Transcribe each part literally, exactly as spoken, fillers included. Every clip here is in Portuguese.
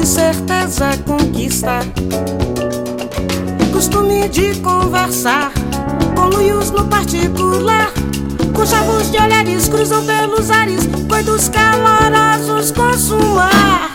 certeza conquista. Costume de conversar com luios no particular, com chavos de olhares cruzam pelos ares, coitos calorosos consumar.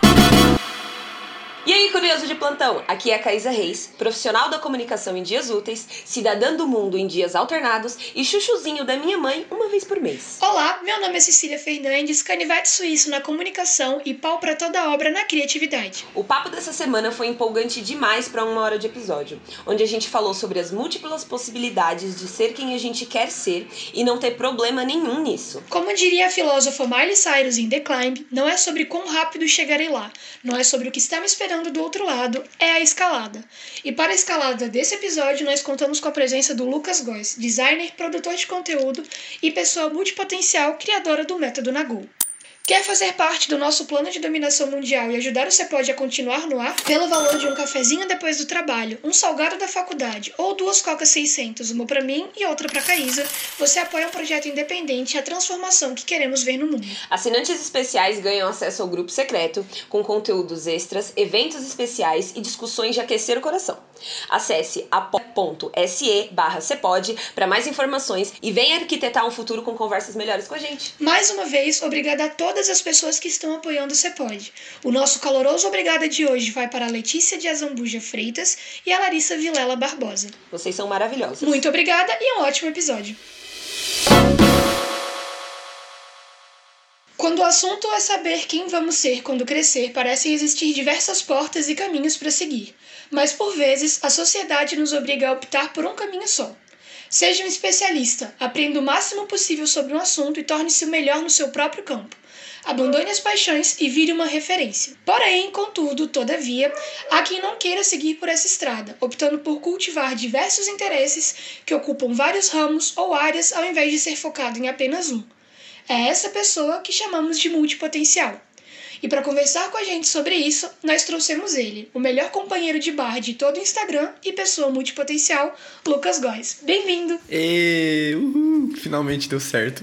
E aí, curioso de plantão? Aqui é a Caísa Reis, profissional da comunicação em dias úteis, cidadã do mundo em dias alternados e chuchuzinho da minha mãe uma vez por mês. Olá, meu nome é Cecília Fernandes, canivete suíço na comunicação e pau pra toda obra na criatividade. O papo dessa semana foi empolgante demais para uma hora de episódio, onde a gente falou sobre as múltiplas possibilidades de ser quem a gente quer ser e não ter problema nenhum nisso. Como diria a filósofa Miley Cyrus em The Climb, não é sobre quão rápido chegarei lá, não é sobre o que está me esperando do outro lado, é a escalada. E para a escalada desse episódio, nós contamos com a presença do Lucas Góes, designer, produtor de conteúdo e pessoa multipotencial criadora do método Nagô. Quer fazer parte do nosso plano de dominação mundial e ajudar o Cepod a continuar no ar? Pelo valor de um cafezinho depois do trabalho, um salgado da faculdade ou duas cocas seiscentos, uma pra mim e outra pra Caísa, você apoia um projeto independente e a transformação que queremos ver no mundo. Assinantes especiais ganham acesso ao grupo secreto, com conteúdos extras, eventos especiais e discussões de aquecer o coração. Acesse apoia.se barra Cepod para mais informações e venha arquitetar um futuro com conversas melhores com a gente. Mais uma vez, obrigada a todas as pessoas que estão apoiando o Cepod. O nosso caloroso obrigada de hoje vai para a Letícia de Azambuja Freitas e a Larissa Vilela Barbosa. Vocês são maravilhosos. Muito obrigada e um ótimo episódio. Quando o assunto é saber quem vamos ser quando crescer, parecem existir diversas portas e caminhos para seguir. Mas, por vezes, a sociedade nos obriga a optar por um caminho só. Seja um especialista, aprenda o máximo possível sobre um assunto e torne-se o melhor no seu próprio campo. Abandone as paixões e vire uma referência. Porém, contudo, todavia, há quem não queira seguir por essa estrada, optando por cultivar diversos interesses que ocupam vários ramos ou áreas ao invés de ser focado em apenas um. É essa pessoa que chamamos de multipotencial. E para conversar com a gente sobre isso, nós trouxemos ele, o melhor companheiro de bar de todo o Instagram e pessoa multipotencial, Lucas Góes. Bem-vindo! E uhul, finalmente deu certo.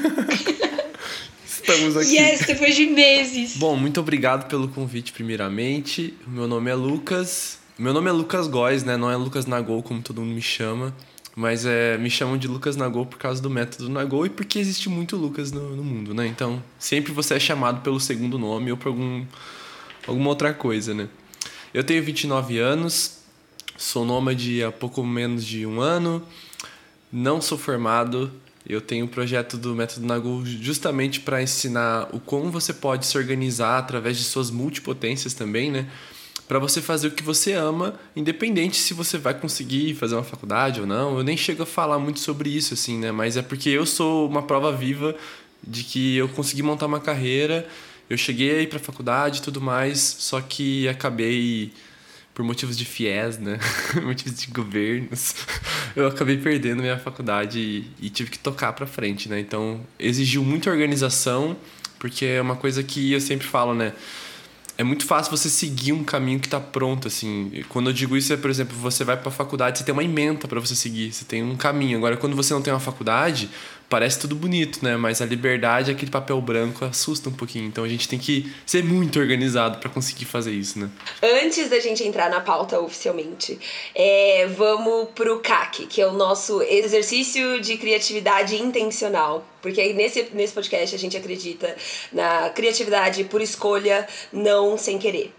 Estamos aqui. Yes, depois de meses. Bom, muito obrigado pelo convite, primeiramente. O meu nome é Lucas. Meu nome é Lucas Góes, né? Não é Lucas Nagô, como todo mundo me chama. Mas é, me chamam de Lucas Nagô por causa do método Nagô e porque existe muito Lucas no, no mundo, né? Então, sempre você é chamado pelo segundo nome ou por algum, alguma outra coisa, né? Eu tenho vinte e nove anos, sou nômade há pouco menos de um ano, não sou formado. Eu tenho um projeto do método Nagô justamente para ensinar o como você pode se organizar através de suas multipotências também, né? Para você fazer o que você ama, independente se você vai conseguir fazer uma faculdade ou não. Eu nem chego a falar muito sobre isso, assim, né? Mas é porque eu sou uma prova viva de que eu consegui montar uma carreira, eu cheguei a ir para a faculdade e tudo mais, só que acabei, por motivos de fiéis, né? motivos de governos, eu acabei perdendo minha faculdade e, e tive que tocar para frente, né? Então, exigiu muita organização, porque é uma coisa que eu sempre falo, né? É muito fácil você seguir um caminho que está pronto, assim. Quando eu digo isso é, por exemplo, você vai para a faculdade, você tem uma ementa para você seguir, você tem um caminho. Agora, quando você não tem uma faculdade, parece tudo bonito, né? Mas a liberdade, aquele papel branco, assusta um pouquinho. Então a gente tem que ser muito organizado para conseguir fazer isso, né? Antes da gente entrar na pauta oficialmente, é, vamos pro C A C, que é o nosso exercício de criatividade intencional. Porque aí nesse, nesse podcast a gente acredita na criatividade por escolha, não sem querer.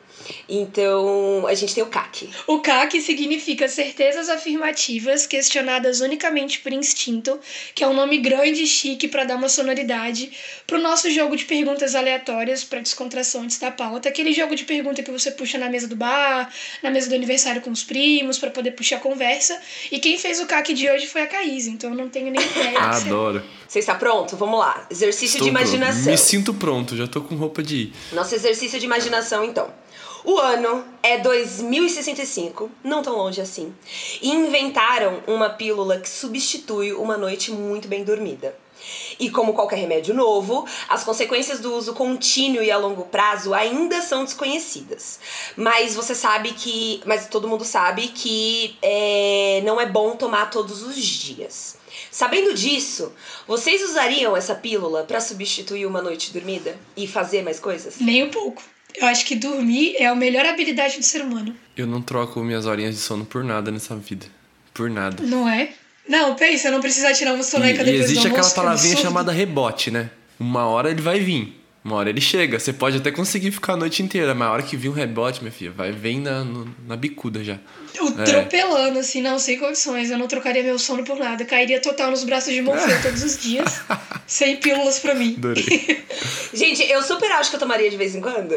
Então, a gente tem o C A C. O C A C significa certezas afirmativas questionadas unicamente por instinto, que é um nome grande e chique para dar uma sonoridade pro nosso jogo de perguntas aleatórias para descontração antes da pauta. Aquele jogo de pergunta que você puxa na mesa do bar, na mesa do aniversário com os primos, para poder puxar a conversa. E quem fez o C A C de hoje foi a Caísa, então eu não tenho nem ideia. Adoro. Você está pronto? Vamos lá. Exercício Estou de imaginação. Pronto. Me sinto pronto, já tô com roupa de ir. Nosso exercício de imaginação, então. O ano é dois mil e sessenta e cinco, não tão longe assim, e inventaram uma pílula que substitui uma noite muito bem dormida. E como qualquer remédio novo, as consequências do uso contínuo e a longo prazo ainda são desconhecidas. Mas você sabe que, mas todo mundo sabe que é, não é bom tomar todos os dias. Sabendo disso, vocês usariam essa pílula para substituir uma noite dormida e fazer mais coisas? Nem um pouco. Eu acho que dormir é a melhor habilidade do ser humano. Eu não troco minhas horinhas de sono por nada nessa vida. Por nada. Não é? Não, pensa, não precisa tirar uma soneca E, e depois do existe almoço. aquela palavrinha que é chamada rebote, né? Uma hora ele vai vir. Uma hora ele chega. Você pode até conseguir ficar a noite inteira, mas a hora que vir um rebote, minha filha, vai vem na, no, na bicuda já. Eu É. tropelando, assim, não, sem condições. Eu não trocaria meu sono por nada. Cairia total nos braços de Morfeu todos os dias. Sem pílulas pra mim. Adorei. Gente, eu super acho que eu tomaria de vez em quando.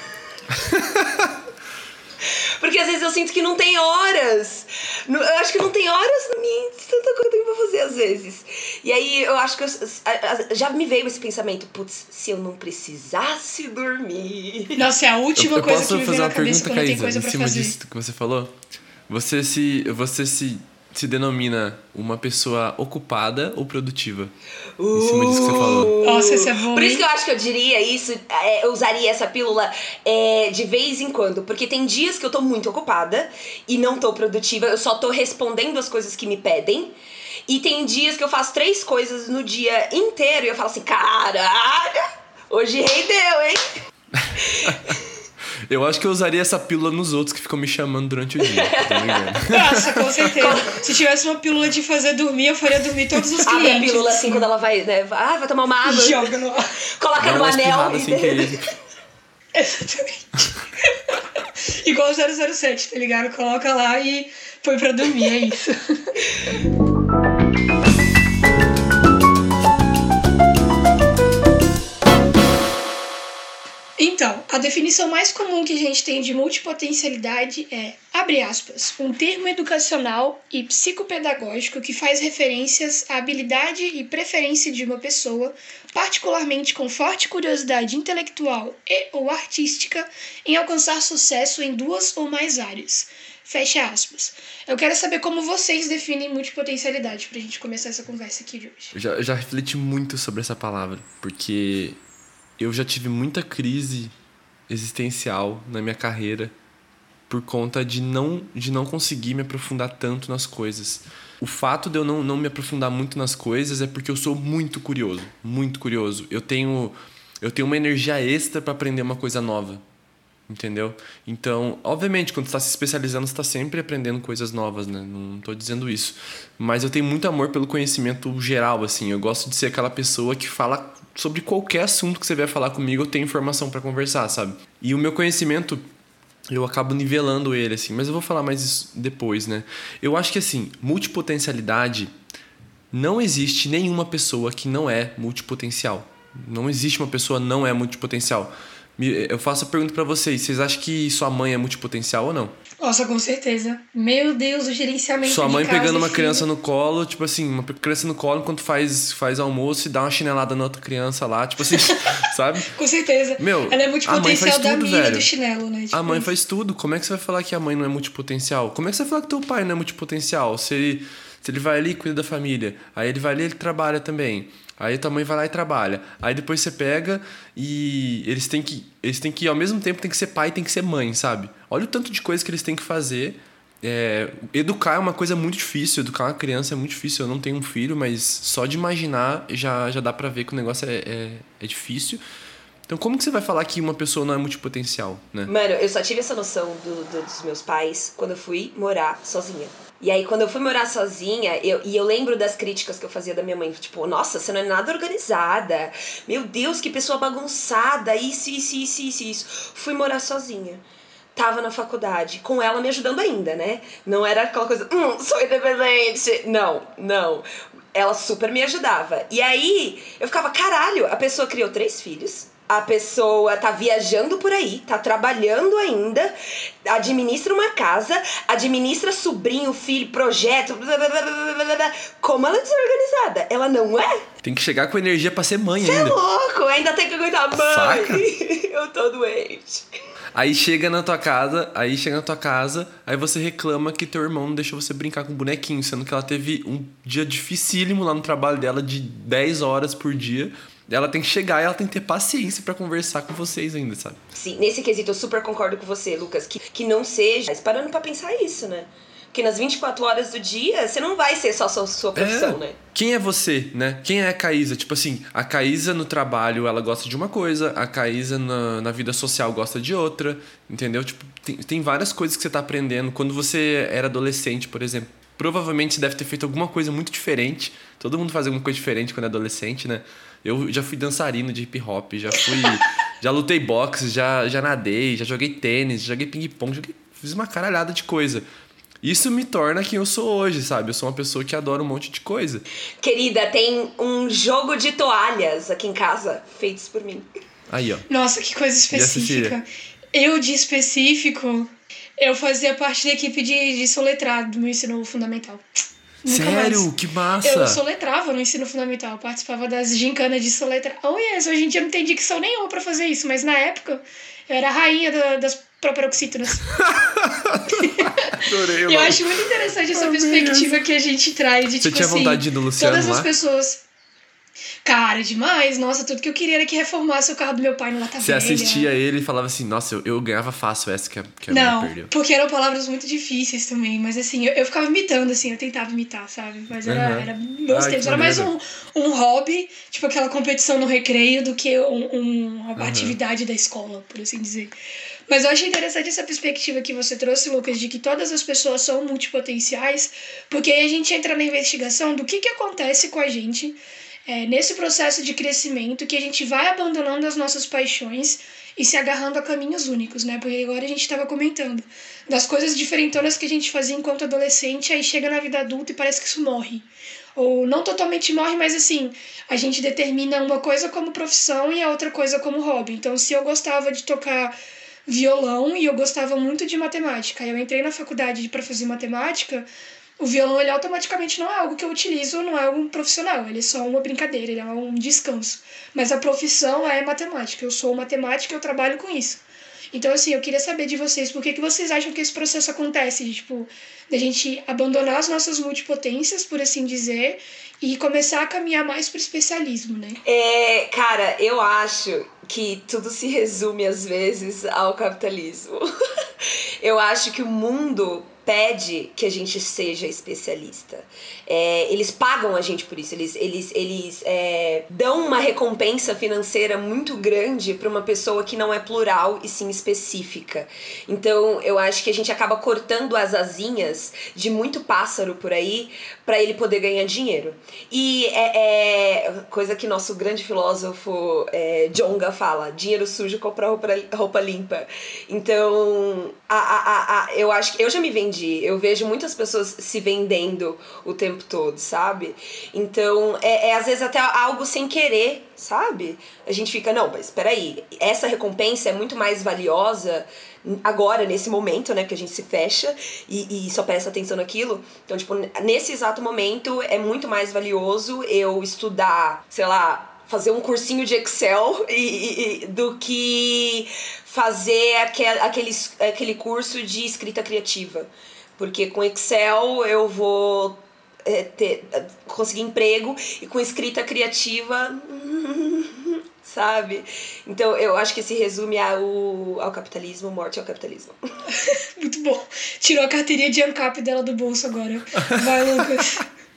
Porque às vezes eu sinto que não tem horas. Não- Eu acho que não tem horas na minha tanta coisa que eu tenho pra fazer às vezes. E aí eu acho que eu- a- a- já me veio esse pensamento, putz, se eu não precisasse dormir. Nossa, é a última Eu, eu coisa posso que me fazer vem uma na cabeça pergunta, quando tem Caísa, coisa em pra cima fazer. disso que você falou? Você se, você se, se denomina uma pessoa ocupada ou produtiva? Em cima disso que você falou. Nossa, esse é bom, Por isso hein? que eu acho que eu diria isso, é, eu usaria essa pílula é, de vez em quando. Porque tem dias que eu tô muito ocupada e não tô produtiva, eu só tô respondendo as coisas que me pedem. E tem dias que eu faço três coisas no dia inteiro e eu falo assim, caralho, hoje rendeu, hein? Eu acho que eu usaria essa pílula nos outros que ficam me chamando durante o dia. Tá ligado? Nossa, com certeza. Se tivesse uma pílula de fazer dormir, eu faria dormir todos os Abre a clientes. pílula assim quando ela vai, né? Ah, vai tomar uma água. Joga no ar. Coloca Dá no uma anel. espirrada sem querer. Exatamente. Igual o zero zero sete, tá ligado? Coloca lá e põe pra dormir, é isso. Então, a definição mais comum que a gente tem de multipotencialidade é, abre aspas, um termo educacional e psicopedagógico que faz referências à habilidade e preferência de uma pessoa, particularmente com forte curiosidade intelectual e ou artística, em alcançar sucesso em duas ou mais áreas. Fecha aspas. Eu quero saber como vocês definem multipotencialidade pra gente começar essa conversa aqui de hoje. Eu já, eu já refleti muito sobre essa palavra, porque eu já tive muita crise existencial na minha carreira por conta de não, de não conseguir me aprofundar tanto nas coisas. O fato de eu não, não me aprofundar muito nas coisas é porque eu sou muito curioso, muito curioso. Eu tenho, eu tenho uma energia extra para aprender uma coisa nova, entendeu? Então, obviamente, quando você está se especializando, você está sempre aprendendo coisas novas, né? Não estou dizendo isso. Mas eu tenho muito amor pelo conhecimento geral, assim. Eu gosto de ser aquela pessoa que fala sobre qualquer assunto que você vier falar comigo, eu tenho informação para conversar, sabe? E o meu conhecimento, eu acabo nivelando ele, assim. Mas eu vou falar mais isso depois, né? Eu acho que, assim, multipotencialidade, não existe nenhuma pessoa que não é multipotencial. Não existe uma pessoa que não é multipotencial. Eu faço a pergunta pra vocês, vocês acham que sua mãe é multipotencial ou não? Nossa, com certeza. Meu Deus, o gerenciamento Sua mãe de casa, pegando uma filho. criança no colo, tipo assim, uma criança no colo enquanto faz, faz almoço e dá uma chinelada na outra criança lá, tipo assim, sabe? Com certeza. Meu, Ela é a mãe multipotencial faz da tudo, mina velho. do chinelo, né? Tipo A mãe isso. faz tudo, como é que você vai falar que a mãe não é multipotencial? Como é que você vai falar que teu pai não é multipotencial? Se ele, se ele vai ali e cuida da família, aí ele vai ali e ele trabalha também. Aí tua mãe vai lá e trabalha. Aí depois você pega e eles têm que, eles têm que, ao mesmo tempo, tem que ser pai e tem que ser mãe, sabe? Olha o tanto de coisa que eles têm que fazer. É, educar é uma coisa muito difícil. Educar uma criança é muito difícil. Eu não tenho um filho, mas só de imaginar já, já dá pra ver que o negócio é, é, é difícil. Então como que você vai falar que uma pessoa não é multipotencial, né? Mano, eu só tive essa noção do, do- dos meus pais quando eu fui morar sozinha. E aí, quando eu fui morar sozinha, eu, e eu lembro das críticas que eu fazia da minha mãe. Tipo, nossa, você não é nada organizada. Meu Deus, que pessoa bagunçada. Isso, isso, isso, isso, isso. Fui morar sozinha. Tava na faculdade, com ela me ajudando ainda, né? Não era aquela coisa, hum, sou independente. Não, não. Ela super me ajudava. E aí, eu ficava, caralho, a pessoa criou três filhos. A pessoa tá viajando por aí, tá trabalhando ainda, administra uma casa, administra sobrinho, filho, projeto, blá, blá, blá, blá, blá, blá. Como ela é desorganizada? Ela não é? Tem que chegar com energia pra ser mãe Você é ainda. louco, ainda tem que aguentar, mãe. Saca? Eu tô doente. Aí chega na tua casa, aí chega na tua casa, aí você reclama que teu irmão não deixou você brincar com bonequinho, sendo que ela teve um dia dificílimo lá no trabalho dela de dez horas por dia. Ela tem que chegar e ela tem que ter paciência pra conversar com vocês ainda, sabe? Sim, nesse quesito eu super concordo com você, Lucas, que, que não seja... Mas parando pra pensar isso, né? Porque nas vinte e quatro horas do dia, você não vai ser só sua, sua profissão, é. né? Quem é você, né? Quem é a Caísa? Tipo assim, a Caísa no trabalho, ela gosta de uma coisa, a Caísa na, na vida social gosta de outra, entendeu? Tipo, tem, tem várias coisas que você tá aprendendo. Quando você era adolescente, por exemplo, provavelmente você deve ter feito alguma coisa muito diferente. Todo mundo faz alguma coisa diferente quando é adolescente, né? Eu já fui dançarino de hip hop, já fui... já lutei boxe, já, já nadei, já joguei tênis, já joguei ping-pong, joguei, fiz uma caralhada de coisa. Isso me torna quem eu sou hoje, sabe? Eu sou uma pessoa que adora um monte de coisa. Querida, tem um jogo de toalhas aqui em casa, feitos por mim. Aí, ó. Nossa, que coisa específica. Eu, de específico, eu fazia parte da equipe de, de soletrado do meu ensino fundamental. Nunca Sério? mais. Que massa! Eu soletrava no ensino fundamental, participava das gincanas de soletrar. Oh, yes, hoje em dia eu não tenho dicção nenhuma pra fazer isso, mas na época eu era a rainha da, das proparoxítonas. Adorei, eu acho muito interessante essa perspectiva que a gente traz de, Você tipo tinha assim, vontade de ir no Luciano todas lá? as pessoas... Cara, demais. Nossa, tudo que eu queria era que reformasse o carro do meu pai no Lata Você Velha. assistia ele e falava assim, nossa, eu, eu ganhava fácil essa que a, que a Não, mulher perdeu. porque eram palavras muito difíceis também. Mas assim, eu, eu ficava imitando, assim, eu tentava imitar, sabe? Mas era, Uhum. era meus Ai, tempos. que Era mais um, maneiro. um hobby, tipo aquela competição no recreio, do que um, um, uma Uhum. atividade da escola, por assim dizer. Mas eu achei interessante essa perspectiva que você trouxe, Lucas, de que todas as pessoas são multipotenciais, porque aí a gente entra na investigação do que, que acontece com a gente é, nesse processo de crescimento, que a gente vai abandonando as nossas paixões e se agarrando a caminhos únicos, né? Porque agora a gente estava comentando das coisas diferentonas que a gente fazia enquanto adolescente, aí chega na vida adulta e parece que isso morre. Ou não totalmente morre, mas assim, a gente determina uma coisa como profissão e a outra coisa como hobby. Então, se eu gostava de tocar violão e eu gostava muito de matemática, eu entrei na faculdade para fazer matemática, o violão ele automaticamente não é algo que eu utilizo, não é algo profissional, ele é só uma brincadeira, ele é um descanso. Mas a profissão é matemática, eu sou matemática e eu trabalho com isso. Então, assim, eu queria saber de vocês, por que, que vocês acham que esse processo acontece? De, tipo, da gente abandonar as nossas multipotências, por assim dizer, e começar a caminhar mais pro especialismo, né? É, cara, eu acho que tudo se resume, às vezes, ao capitalismo. Eu acho que o mundo pede que a gente seja especialista. É, eles pagam a gente por isso. Eles, eles, eles é, dão uma recompensa financeira muito grande para uma pessoa que não é plural e sim específica. Então, eu acho que a gente acaba cortando as asinhas de muito pássaro por aí para ele poder ganhar dinheiro. E é, é coisa que nosso grande filósofo é, Djonga fala: dinheiro sujo compra roupa, roupa limpa. Então, a, a, a, eu acho que eu já me vendi. Eu vejo muitas pessoas se vendendo o tempo todo, sabe? Então, é, é às vezes até algo sem querer, sabe? A gente fica, não, mas peraí, essa recompensa é muito mais valiosa agora, nesse momento, né? Porque a gente se fecha e, e só presta atenção naquilo. Então, tipo, nesse exato momento é muito mais valioso eu estudar, sei lá, fazer um cursinho de Excel e, e, do que fazer aquele, aquele, aquele curso de escrita criativa. Porque com Excel eu vou é, ter, conseguir emprego e com escrita criativa, sabe? Então eu acho que se resume ao, ao capitalismo, morte ao capitalismo. Muito bom. Tirou a carteirinha de ANCAP dela do bolso agora. Vai, Lucas.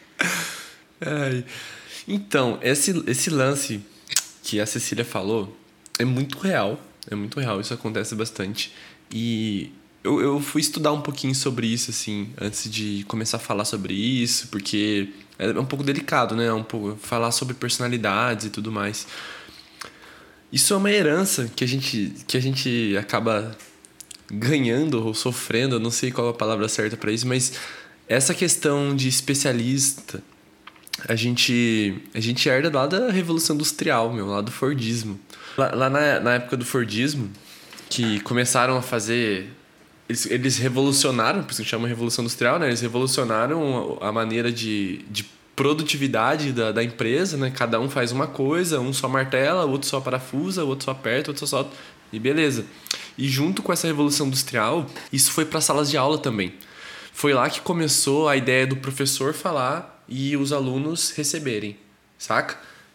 Ai. Então, esse, esse lance que a Cecília falou é muito real. É muito real, isso acontece bastante. E eu, eu fui estudar um pouquinho sobre isso, assim, antes de começar a falar sobre isso, porque é um pouco delicado, né? Um pouco, falar sobre personalidades e tudo mais. Isso é uma herança que a gente, que a gente acaba ganhando ou sofrendo, eu não sei qual é a palavra certa para isso, mas essa questão de especialista, a gente, a gente herda lá da Revolução Industrial, meu, lá do Fordismo. Lá, lá na, na época do Fordismo, que começaram a fazer... Eles, eles revolucionaram, por isso que chama Revolução Industrial, né? Eles revolucionaram a maneira de, de produtividade da, da empresa, né? Cada um faz uma coisa, um só martela, o outro só parafusa, o outro só aperta, o outro só solta, e beleza. E junto com essa Revolução Industrial, isso foi para salas de aula também. Foi lá que começou a ideia do professor falar e os alunos receberem, saca?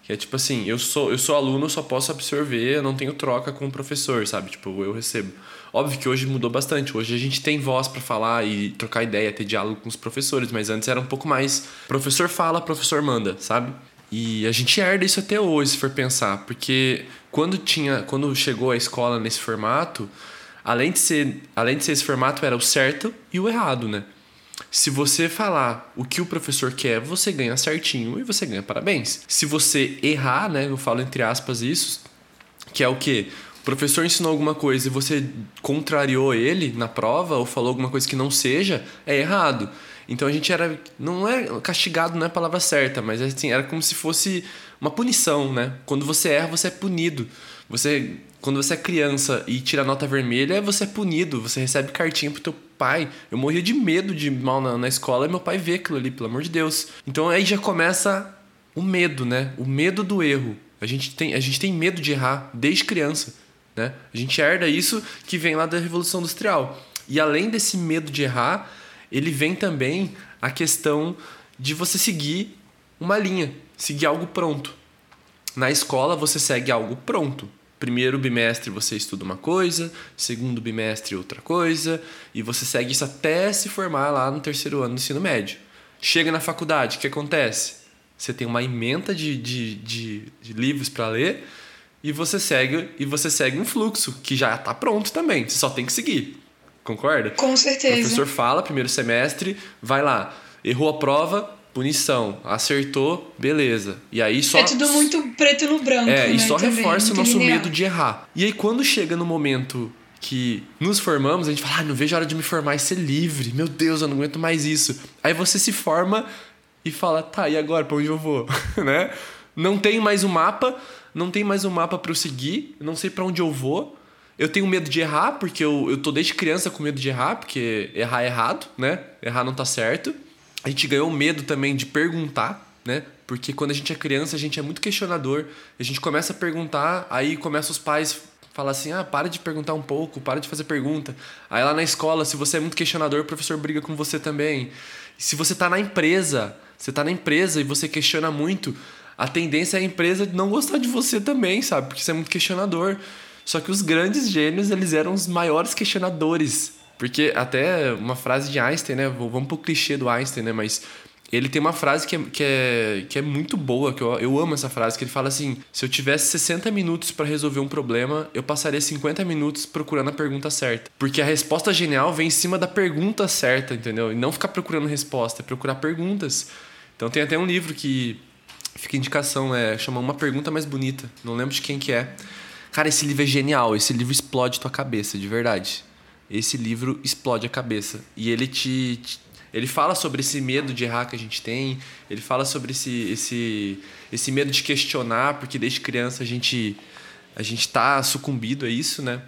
Que é tipo assim, eu sou, eu sou aluno, eu só posso absorver, eu não tenho troca com o professor, sabe? Tipo, eu recebo. Óbvio que hoje mudou bastante. Hoje a gente tem voz pra falar e trocar ideia, ter diálogo com os professores, mas antes era um pouco mais professor fala, professor manda, sabe? E a gente herda isso até hoje, se for pensar, porque quando tinha, quando chegou a escola nesse formato, além de ser, além de ser esse formato, era o certo e o errado, né? Se você falar o que o professor quer, você ganha certinho e você ganha parabéns. Se você errar, né, eu falo entre aspas isso, que é o quê? O professor ensinou alguma coisa e você contrariou ele na prova ou falou alguma coisa que não seja, é errado. Então a gente era, não é castigado, não é a palavra certa, mas assim, era como se fosse uma punição, né? Quando você erra, você é punido. Você, quando você é criança e tira nota vermelha, você é punido, você recebe cartinha pro teu pai. Eu morria de medo de ir mal na, na escola e meu pai vê aquilo ali, pelo amor de Deus. Então aí já começa o medo, né? O medo do erro. A gente tem, a gente tem medo de errar desde criança, né? A gente herda isso que vem lá da Revolução Industrial. E além desse medo de errar, ele vem também a questão de você seguir uma linha, seguir algo pronto. Na escola você segue algo pronto. Primeiro bimestre você estuda uma coisa, segundo bimestre outra coisa, e você segue isso até se formar lá no terceiro ano do ensino médio. Chega na faculdade, o que acontece? Você tem uma ementa de, de, de, de livros para ler e você segue e você segue um fluxo que já está pronto também, você só tem que seguir. Concorda? Com certeza. O professor fala, primeiro semestre, vai lá, errou a prova, punição, acertou, beleza. E aí só... É tudo muito preto no branco, É, né? e só também, reforça o nosso linear. medo de errar. E aí quando chega no momento que nos formamos, a gente fala, ah, não vejo a hora de me formar e ser livre. Meu Deus, eu não aguento mais isso. Aí você se forma e fala, tá, e agora? Pra onde eu vou? Né? Não tem mais um mapa, não tem mais um mapa pra eu seguir, não sei pra onde eu vou. Eu tenho medo de errar, porque eu, eu tô desde criança com medo de errar, porque errar é errado, né? Errar não tá certo. A gente ganhou medo também de perguntar, né? Porque quando a gente é criança, a gente é muito questionador. A gente começa a perguntar, aí começa os pais falar assim, ah, para de perguntar um pouco, para de fazer pergunta. Aí lá na escola, se você é muito questionador, o professor briga com você também. E se você tá na empresa, você tá na empresa e você questiona muito, a tendência é a empresa não gostar de você também, sabe? Porque você é muito questionador. Só que os grandes gênios, eles eram os maiores questionadores. Porque até uma frase de Einstein, né? Vamos pro clichê do Einstein, né? Mas ele tem uma frase que é, que é, que é muito boa, que eu, eu amo essa frase, que ele fala assim, se eu tivesse sessenta minutos para resolver um problema, eu passaria cinquenta minutos procurando a pergunta certa. Porque a resposta genial vem em cima da pergunta certa, entendeu? E não ficar procurando resposta, é procurar perguntas. Então tem até um livro que fica indicação, é, chama Uma Pergunta Mais Bonita. Não lembro de quem que é. Cara, esse livro é genial, esse livro explode tua cabeça, de verdade. Esse livro explode a cabeça. E ele te, te... Ele fala sobre esse medo de errar que a gente tem, ele fala sobre esse, esse, esse medo de questionar, porque desde criança a gente, a gente tá sucumbido a isso, né?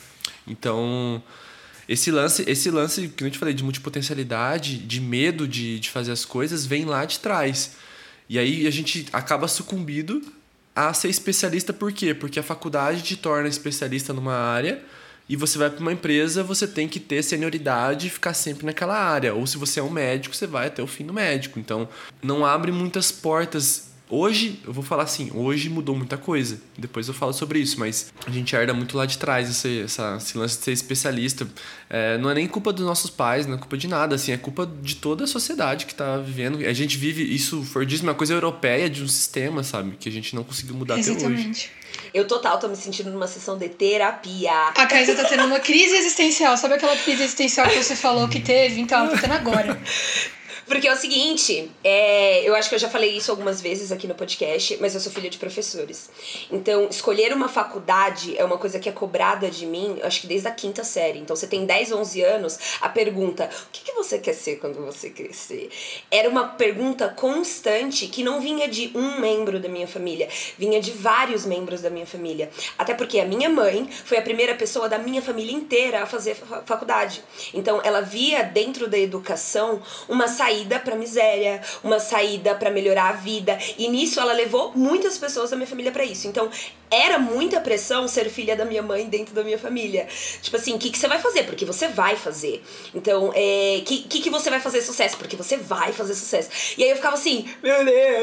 Então, esse lance, esse lance que eu te falei, de multipotencialidade, de medo de, de fazer as coisas, vem lá de trás. E aí a gente acaba sucumbido a ser especialista por quê? Porque a faculdade te torna especialista numa área e você vai para uma empresa, você tem que ter senioridade e ficar sempre naquela área. Ou se você é um médico, você vai até o fim do médico. Então, não abre muitas portas. Hoje, eu vou falar assim, hoje mudou muita coisa. Depois eu falo sobre isso, mas a gente herda muito lá de trás esse, essa, esse lance de ser especialista. É, não é nem culpa dos nossos pais, não é culpa de nada, assim, é culpa de toda a sociedade que está vivendo. A gente vive, isso, Fordismo é uma coisa europeia de um sistema, sabe? Que a gente não conseguiu mudar Exatamente. até hoje. Eu total tô me sentindo numa sessão de terapia. A Caísa tá tendo uma crise existencial. Sabe aquela crise existencial que você falou que teve? Então, ela tá tendo agora. Porque é o seguinte, é, eu acho que eu já falei isso algumas vezes aqui no podcast, mas eu sou filha de professores. Então, escolher uma faculdade é uma coisa que é cobrada de mim, acho que desde a quinta série. Então, você tem dez, onze anos, a pergunta, o que, que você quer ser quando você crescer? Era uma pergunta constante que não vinha de um membro da minha família, vinha de vários membros da minha família. Até porque a minha mãe foi a primeira pessoa da minha família inteira a fazer faculdade. Então, ela via dentro da educação uma saída para miséria, uma saída para melhorar a vida, e nisso ela levou muitas pessoas da minha família para isso. Então era muita pressão ser filha da minha mãe dentro da minha família, tipo assim, o que, que você vai fazer? Porque você vai fazer. Então, é, que, que que você vai fazer sucesso? Porque você vai fazer sucesso. E aí eu ficava assim, meu Deus,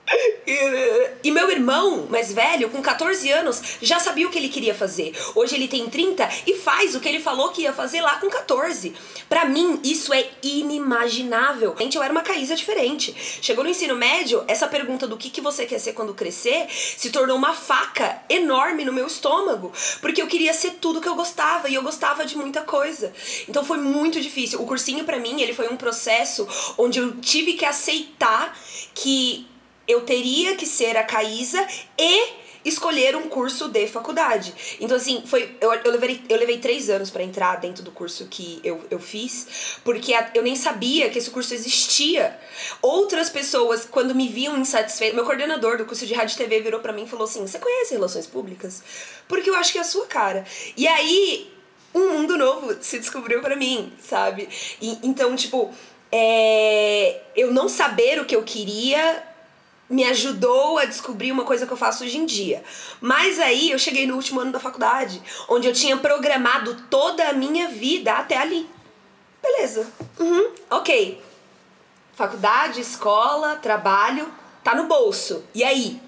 E meu irmão, mais velho, com catorze anos, já sabia o que ele queria fazer. Hoje ele tem trinta e faz o que ele falou que ia fazer lá com catorze. Pra mim, isso é inimaginável. Gente, eu era uma Caísa diferente. Chegou no ensino médio, essa pergunta do que, que você quer ser quando crescer se tornou uma faca enorme no meu estômago. Porque eu queria ser tudo que eu gostava e eu gostava de muita coisa. Então foi muito difícil. O cursinho, pra mim, ele foi um processo onde eu tive que aceitar que eu teria que ser a Caísa e escolher um curso de faculdade. Então, assim, foi, eu, eu, levei, eu levei três anos pra entrar dentro do curso que eu, eu fiz, porque a, eu nem sabia que esse curso existia. Outras pessoas, quando me viam insatisfeita, meu coordenador do curso de rádio e T V virou pra mim e falou assim, você conhece Relações Públicas? Porque eu acho que é a sua cara. E aí, um mundo novo se descobriu pra mim, sabe? E, então, tipo, é, eu não saber o que eu queria me ajudou a descobrir uma coisa que eu faço hoje em dia. Mas aí eu cheguei no último ano da faculdade, onde eu tinha programado toda a minha vida até ali. Beleza. Uhum, ok. Faculdade, escola, trabalho, tá no bolso. E aí?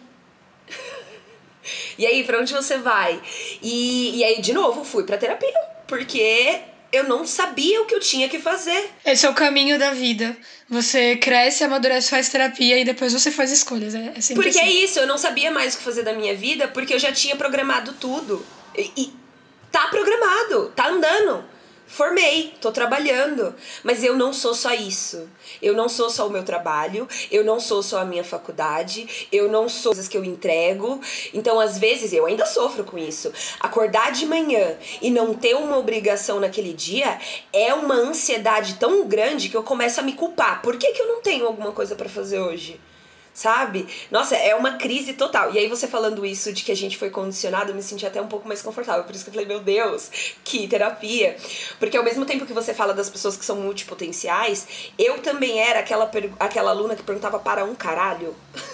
E aí, pra onde você vai? E, e aí, de novo, fui pra terapia. Porque eu não sabia o que eu tinha que fazer. Esse é o caminho da vida. Você cresce, amadurece, faz terapia e depois você faz escolhas. É, é sempre Porque assim. é isso, eu não sabia mais o que fazer da minha vida, porque eu já tinha programado tudo. E, e tá programado, tá andando. Formei, tô trabalhando. Mas eu não sou só isso. Eu não sou só o meu trabalho, eu não sou só a minha faculdade, eu não sou coisas que eu entrego. Então, às vezes, eu ainda sofro com isso. Acordar de manhã e não ter uma obrigação naquele dia é uma ansiedade tão grande que eu começo a me culpar. Por que que eu não tenho alguma coisa pra fazer hoje? Sabe? Nossa, é uma crise total. E aí você falando isso de que a gente foi condicionado, eu me senti até um pouco mais confortável. Por isso que eu falei, meu Deus, que terapia. Porque ao mesmo tempo que você fala das pessoas que são multipotenciais, eu também era aquela, aquela aluna que perguntava para um caralho.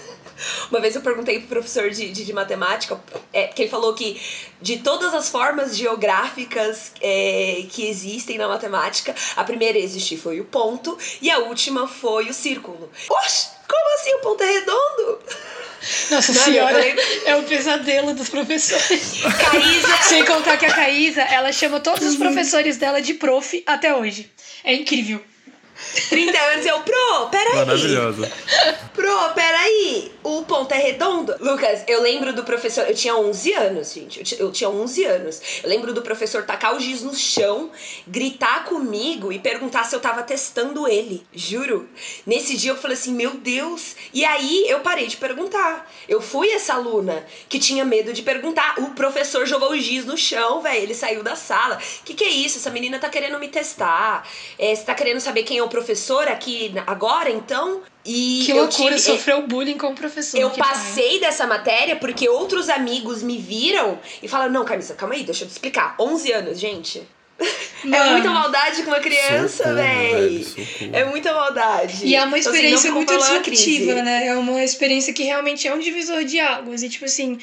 Uma vez eu perguntei pro professor de, de, de matemática, é, que ele falou que de todas as formas geográficas é, que existem na matemática, a primeira a existir foi o ponto e a última foi o círculo. Oxe, como assim o ponto é redondo? Nossa Mano, senhora, lembro... é o pesadelo dos professores. Caísa... Sem contar que a Caísa, ela chama todos os professores dela de prof até hoje. É incrível. trinta anos eu, pro, peraí. Maravilhosa. Pro, peraí. O ponto é redondo? Lucas, eu lembro do professor... Eu tinha onze anos, gente. Eu, t- eu tinha onze anos. Eu lembro do professor tacar o giz no chão, gritar comigo e perguntar se eu tava testando ele. Juro. Nesse dia eu falei assim, meu Deus. E aí eu parei de perguntar. Eu fui essa aluna que tinha medo de perguntar. O professor jogou o giz no chão, velho. Ele saiu da sala. Que que é isso? Essa menina tá querendo me testar. É, você tá querendo saber quem é o professor aqui agora, então? E Que eu loucura, tive, sofreu bullying com o professor. eu que passei pai. dessa matéria porque outros amigos me viram e falaram, não, Camila, calma aí, deixa eu te explicar. onze anos, gente. Mano. É muita maldade com uma criança, Socorro, véi. velho, socorro. É muita maldade. E é uma Então, assim, experiência não me muito culpa, é uma disruptiva, crise. né? É uma experiência que realmente é um divisor de águas. E, tipo assim,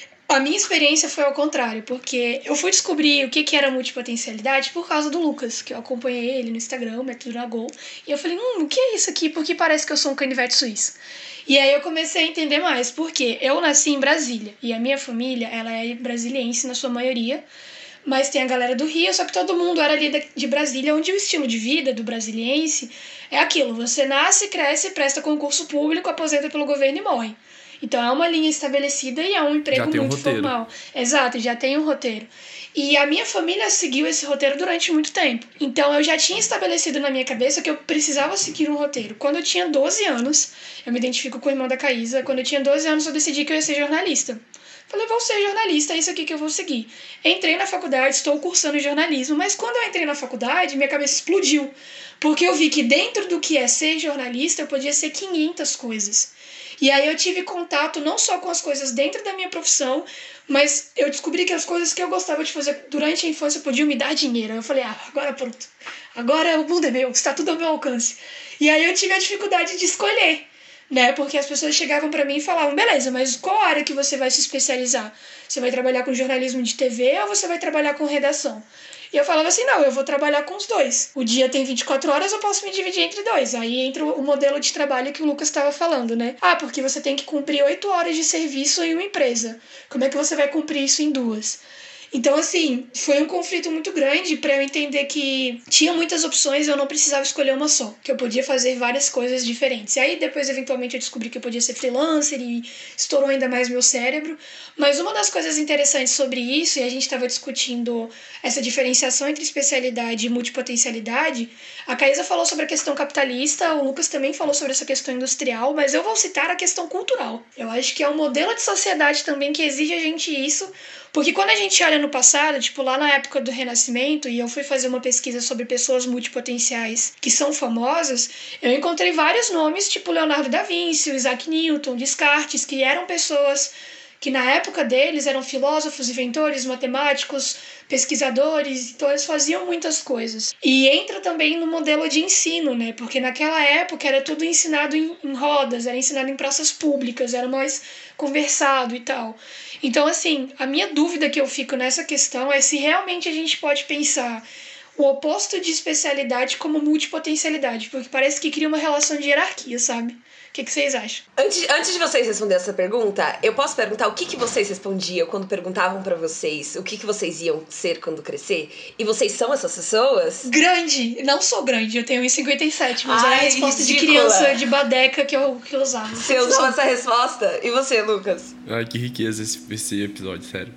a minha experiência foi ao contrário, porque eu fui descobrir o que que era multipotencialidade por causa do Lucas, que eu acompanhei ele no Instagram, o Método Nagol, e eu falei, hum, o que é isso aqui? Porque parece que eu sou um canivete suíço. E aí eu comecei a entender mais, porque eu nasci em Brasília, e a minha família, ela é brasiliense na sua maioria, mas tem a galera do Rio, só que todo mundo era ali de Brasília, onde o estilo de vida do brasiliense é aquilo, você nasce, cresce, presta concurso público, aposenta pelo governo e morre. Então é uma linha estabelecida e é um emprego Já tem um muito roteiro. formal. Exato, já tem um roteiro. E a minha família seguiu esse roteiro durante muito tempo. Então eu já tinha estabelecido na minha cabeça que eu precisava seguir um roteiro. Quando eu tinha doze anos, eu me identifico com o irmão da Caísa, quando eu tinha doze anos eu decidi que eu ia ser jornalista. Falei, vou ser jornalista, é isso aqui que eu vou seguir. Entrei na faculdade, estou cursando jornalismo, mas quando eu entrei na faculdade, minha cabeça explodiu. Porque eu vi que dentro do que é ser jornalista, eu podia ser quinhentas coisas. E aí eu tive contato não só com as coisas dentro da minha profissão, mas eu descobri que as coisas que eu gostava de fazer durante a infância podiam me dar dinheiro. Aí eu falei, ah, agora pronto. Agora o mundo é meu, está tudo ao meu alcance. E aí eu tive a dificuldade de escolher, né? Porque as pessoas chegavam pra mim e falavam, beleza, mas qual área que você vai se especializar? Você vai trabalhar com jornalismo de T V ou você vai trabalhar com redação? E eu falava assim, não, eu vou trabalhar com os dois. O dia tem vinte e quatro horas, eu posso me dividir entre dois. Aí entra o modelo de trabalho que o Lucas estava falando, né? Ah, porque você tem que cumprir oito horas de serviço em uma empresa. Como é que você vai cumprir isso em duas? Então, assim, foi um conflito muito grande para eu entender que tinha muitas opções e eu não precisava escolher uma só, que eu podia fazer várias coisas diferentes. E aí, depois, eventualmente, eu descobri que eu podia ser freelancer e estourou ainda mais meu cérebro. Mas uma das coisas interessantes sobre isso, e a gente estava discutindo essa diferenciação entre especialidade e multipotencialidade, a Caísa falou sobre a questão capitalista, o Lucas também falou sobre essa questão industrial, mas eu vou citar a questão cultural. Eu acho que é um modelo de sociedade também que exige a gente isso, porque quando a gente olha no passado, tipo lá na época do Renascimento, e eu fui fazer uma pesquisa sobre pessoas multipotenciais que são famosas, eu encontrei vários nomes, tipo Leonardo da Vinci, Isaac Newton, Descartes, que eram pessoas que na época deles eram filósofos, inventores, matemáticos, pesquisadores, então eles faziam muitas coisas. E entra também no modelo de ensino, né? Porque naquela época era tudo ensinado em, em rodas, era ensinado em praças públicas, era mais conversado e tal. Então, assim, a minha dúvida que eu fico nessa questão é se realmente a gente pode pensar o oposto de especialidade como multipotencialidade, porque parece que cria uma relação de hierarquia, sabe? O que, que vocês acham? Antes, antes de vocês responderem essa pergunta, eu posso perguntar o que, que vocês respondiam quando perguntavam pra vocês o que, que vocês iam ser quando crescer? E vocês são essas pessoas? Grande! Não sou grande, eu tenho um e cinquenta e sete, mas Ai, era a resposta ridícula. de criança de badeca que eu, que eu usava. Você usou essa resposta? E você, Lucas? Ai, que riqueza esse, esse episódio, sério.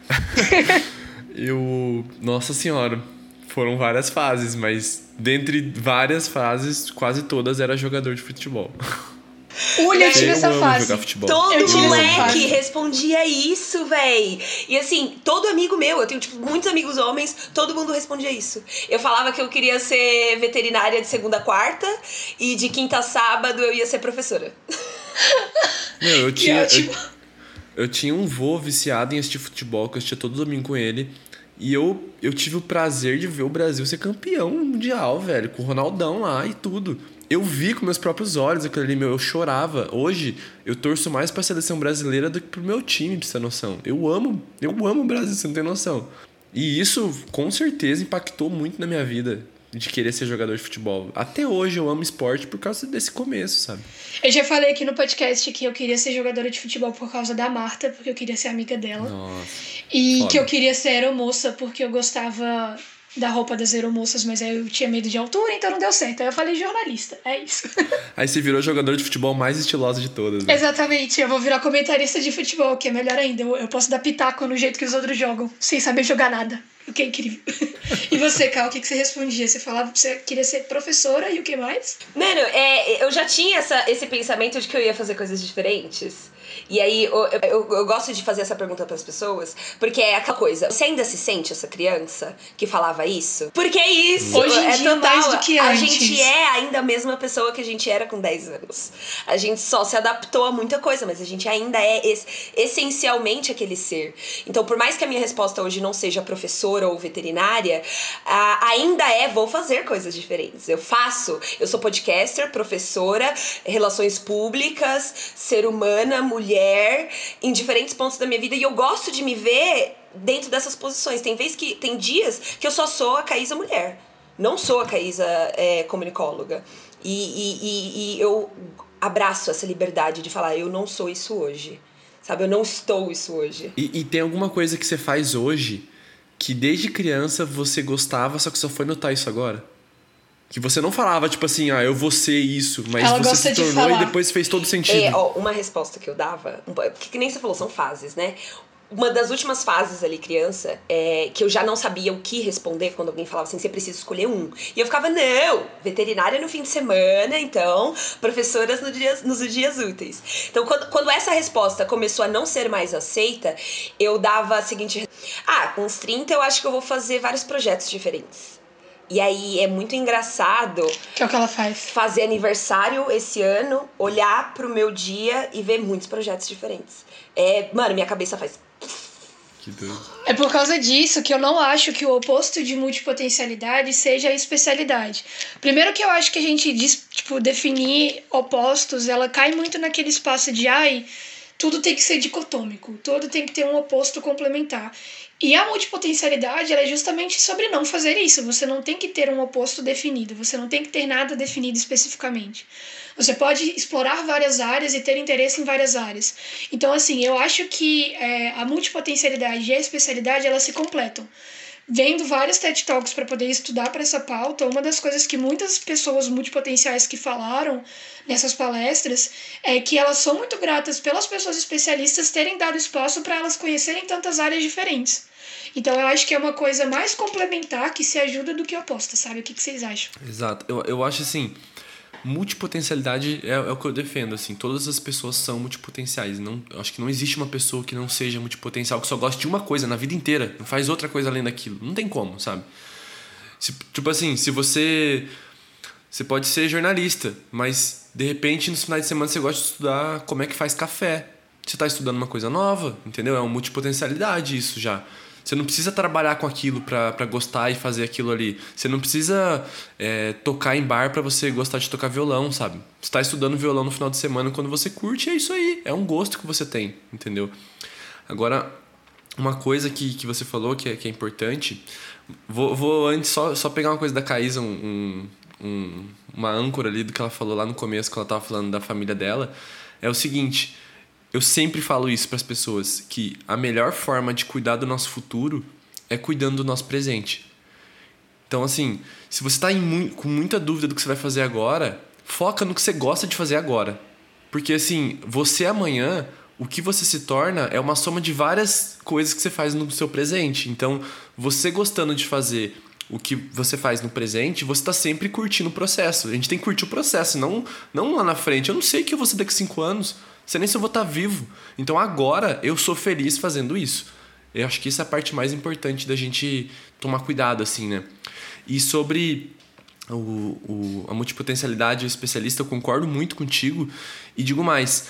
Eu... Nossa senhora, foram várias fases, mas dentre várias fases, quase todas era jogador de futebol. Olha, eu tive Eu essa amo fase. jogar futebol. Todo Eu tive essa moleque fase. respondia isso, véi. E assim, todo amigo meu, eu tenho tipo, muitos amigos homens, todo mundo respondia isso. Eu falava que eu queria ser veterinária de segunda a quarta e de quinta a sábado eu ia ser professora. Meu, eu Que tinha... ótimo. Eu, eu tinha um vô viciado em assistir futebol, que eu assistia todo domingo com ele. E eu, eu tive o prazer de ver o Brasil ser campeão mundial, velho. Com o Ronaldão lá e tudo. Eu vi com meus próprios olhos aquilo ali, meu. Eu chorava. Hoje, eu torço mais pra seleção brasileira do que pro meu time, pra você ter noção. Eu amo, eu amo o Brasil, você não tem noção. E isso, com certeza, impactou muito na minha vida. De querer ser jogador de futebol. Até hoje eu amo esporte por causa desse começo, sabe? Eu já falei aqui no podcast que eu queria ser jogadora de futebol por causa da Marta, porque eu queria ser amiga dela. Nossa. E foda. que eu queria ser aeromoça porque eu gostava da roupa das aeromoças, mas aí eu tinha medo de altura, então não deu certo. Aí eu falei jornalista, é isso. Aí você virou jogador de futebol mais estilosa de todas, né? Exatamente, eu vou virar comentarista de futebol, que é melhor ainda. Eu, eu posso dar pitaco no jeito que os outros jogam, sem saber jogar nada. O que é incrível. E você, Cal, o que, que você respondia? Você falava que você queria ser professora e o que mais? Mano, é, eu já tinha essa, esse pensamento de que eu ia fazer coisas diferentes. E aí, eu, eu, eu gosto de fazer essa pergunta pras pessoas, porque é aquela coisa, você ainda se sente essa criança que falava isso? Porque é isso, Hoje em é dia, total, mais do que a antes. gente é ainda a mesma pessoa que a gente era com dez anos. A gente só se adaptou a muita coisa, mas a gente ainda é es, essencialmente aquele ser. Então, por mais que a minha resposta hoje não seja professora ou veterinária, a, ainda é, vou fazer coisas diferentes. Eu faço, eu sou podcaster, professora, relações públicas, ser humana, mulher, em diferentes pontos da minha vida, e eu gosto de me ver dentro dessas posições. Tem vezes que, tem dias que eu só sou a Caísa mulher, não sou a Caísa é, comunicóloga. E, e, e, e eu abraço essa liberdade de falar, eu não sou isso hoje, sabe? Eu não estou isso hoje. E, e tem alguma coisa que você faz hoje que desde criança você gostava, só que só foi notar isso agora? Que você não falava, tipo assim, ah, eu vou ser isso, mas Ela você gosta se de tornou falar. e depois fez todo sentido. É, ó, uma resposta que eu dava, que, que nem você falou, são fases, né? Uma das últimas fases ali, criança, é que eu já não sabia o que responder quando alguém falava assim, você precisa escolher um. E eu ficava, não, veterinária no fim de semana, então, professoras no dia, nos dias úteis. Então, quando, quando essa resposta começou a não ser mais aceita, eu dava a seguinte, ah, com uns trinta eu acho que eu vou fazer vários projetos diferentes. E aí é muito engraçado Que é o que ela faz. fazer aniversário esse ano, olhar pro meu dia e ver muitos projetos diferentes. É, mano, minha cabeça faz... Que doido. É por causa disso que eu não acho que o oposto de multipotencialidade seja a especialidade. Primeiro que eu acho que a gente, tipo, definir opostos, ela cai muito naquele espaço de, ai, tudo tem que ser dicotômico, tudo tem que ter um oposto complementar. E a multipotencialidade ela é justamente sobre não fazer isso. Você não tem que ter um oposto definido, você não tem que ter nada definido especificamente. Você pode explorar várias áreas e ter interesse em várias áreas. Então, assim, eu acho que é, a multipotencialidade e a especialidade, elas se completam. Vendo vários TED Talks para poder estudar para essa pauta, uma das coisas que muitas pessoas multipotenciais que falaram nessas palestras é que elas são muito gratas pelas pessoas especialistas terem dado espaço para elas conhecerem tantas áreas diferentes. Então eu acho que é uma coisa mais complementar que se ajuda do que oposta, sabe? O que, que vocês acham? Exato. Eu, eu acho assim, multipotencialidade é, é o que eu defendo, assim. Todas as pessoas são multipotenciais. Não, eu acho que não existe uma pessoa que não seja multipotencial, que só goste de uma coisa na vida inteira, não faz outra coisa além daquilo. Não tem como, sabe? Se, tipo assim, se você... Você pode ser jornalista, mas de repente nos finais de semana você gosta de estudar como é que faz café. Você está estudando uma coisa nova, entendeu? É uma multipotencialidade isso já. Você não precisa trabalhar com aquilo pra, pra gostar e fazer aquilo ali. Você não precisa é, tocar em bar pra você gostar de tocar violão, sabe? Você tá estudando violão no final de semana quando você curte, é isso aí. É um gosto que você tem, entendeu? Agora, uma coisa que, que você falou que é, que é importante... Vou, vou antes só, só pegar uma coisa da Caísa, um, um, uma âncora ali do que ela falou lá no começo, quando ela tava falando da família dela. É o seguinte... Eu sempre falo isso para as pessoas, que a melhor forma de cuidar do nosso futuro é cuidando do nosso presente. Então, assim, se você está com muita dúvida do que você vai fazer agora, foca no que você gosta de fazer agora. Porque, assim, você amanhã, o que você se torna é uma soma de várias coisas que você faz no seu presente. Então, você gostando de fazer o que você faz no presente, você está sempre curtindo o processo. A gente tem que curtir o processo, não, não lá na frente. Eu não sei o que eu vou ser daqui a cinco anos. Sei nem se eu vou estar vivo. Então agora eu sou feliz fazendo isso. Eu acho que isso é a parte mais importante da gente tomar cuidado, assim, né? E sobre o, o, a multipotencialidade, o especialista, eu concordo muito contigo. E digo mais,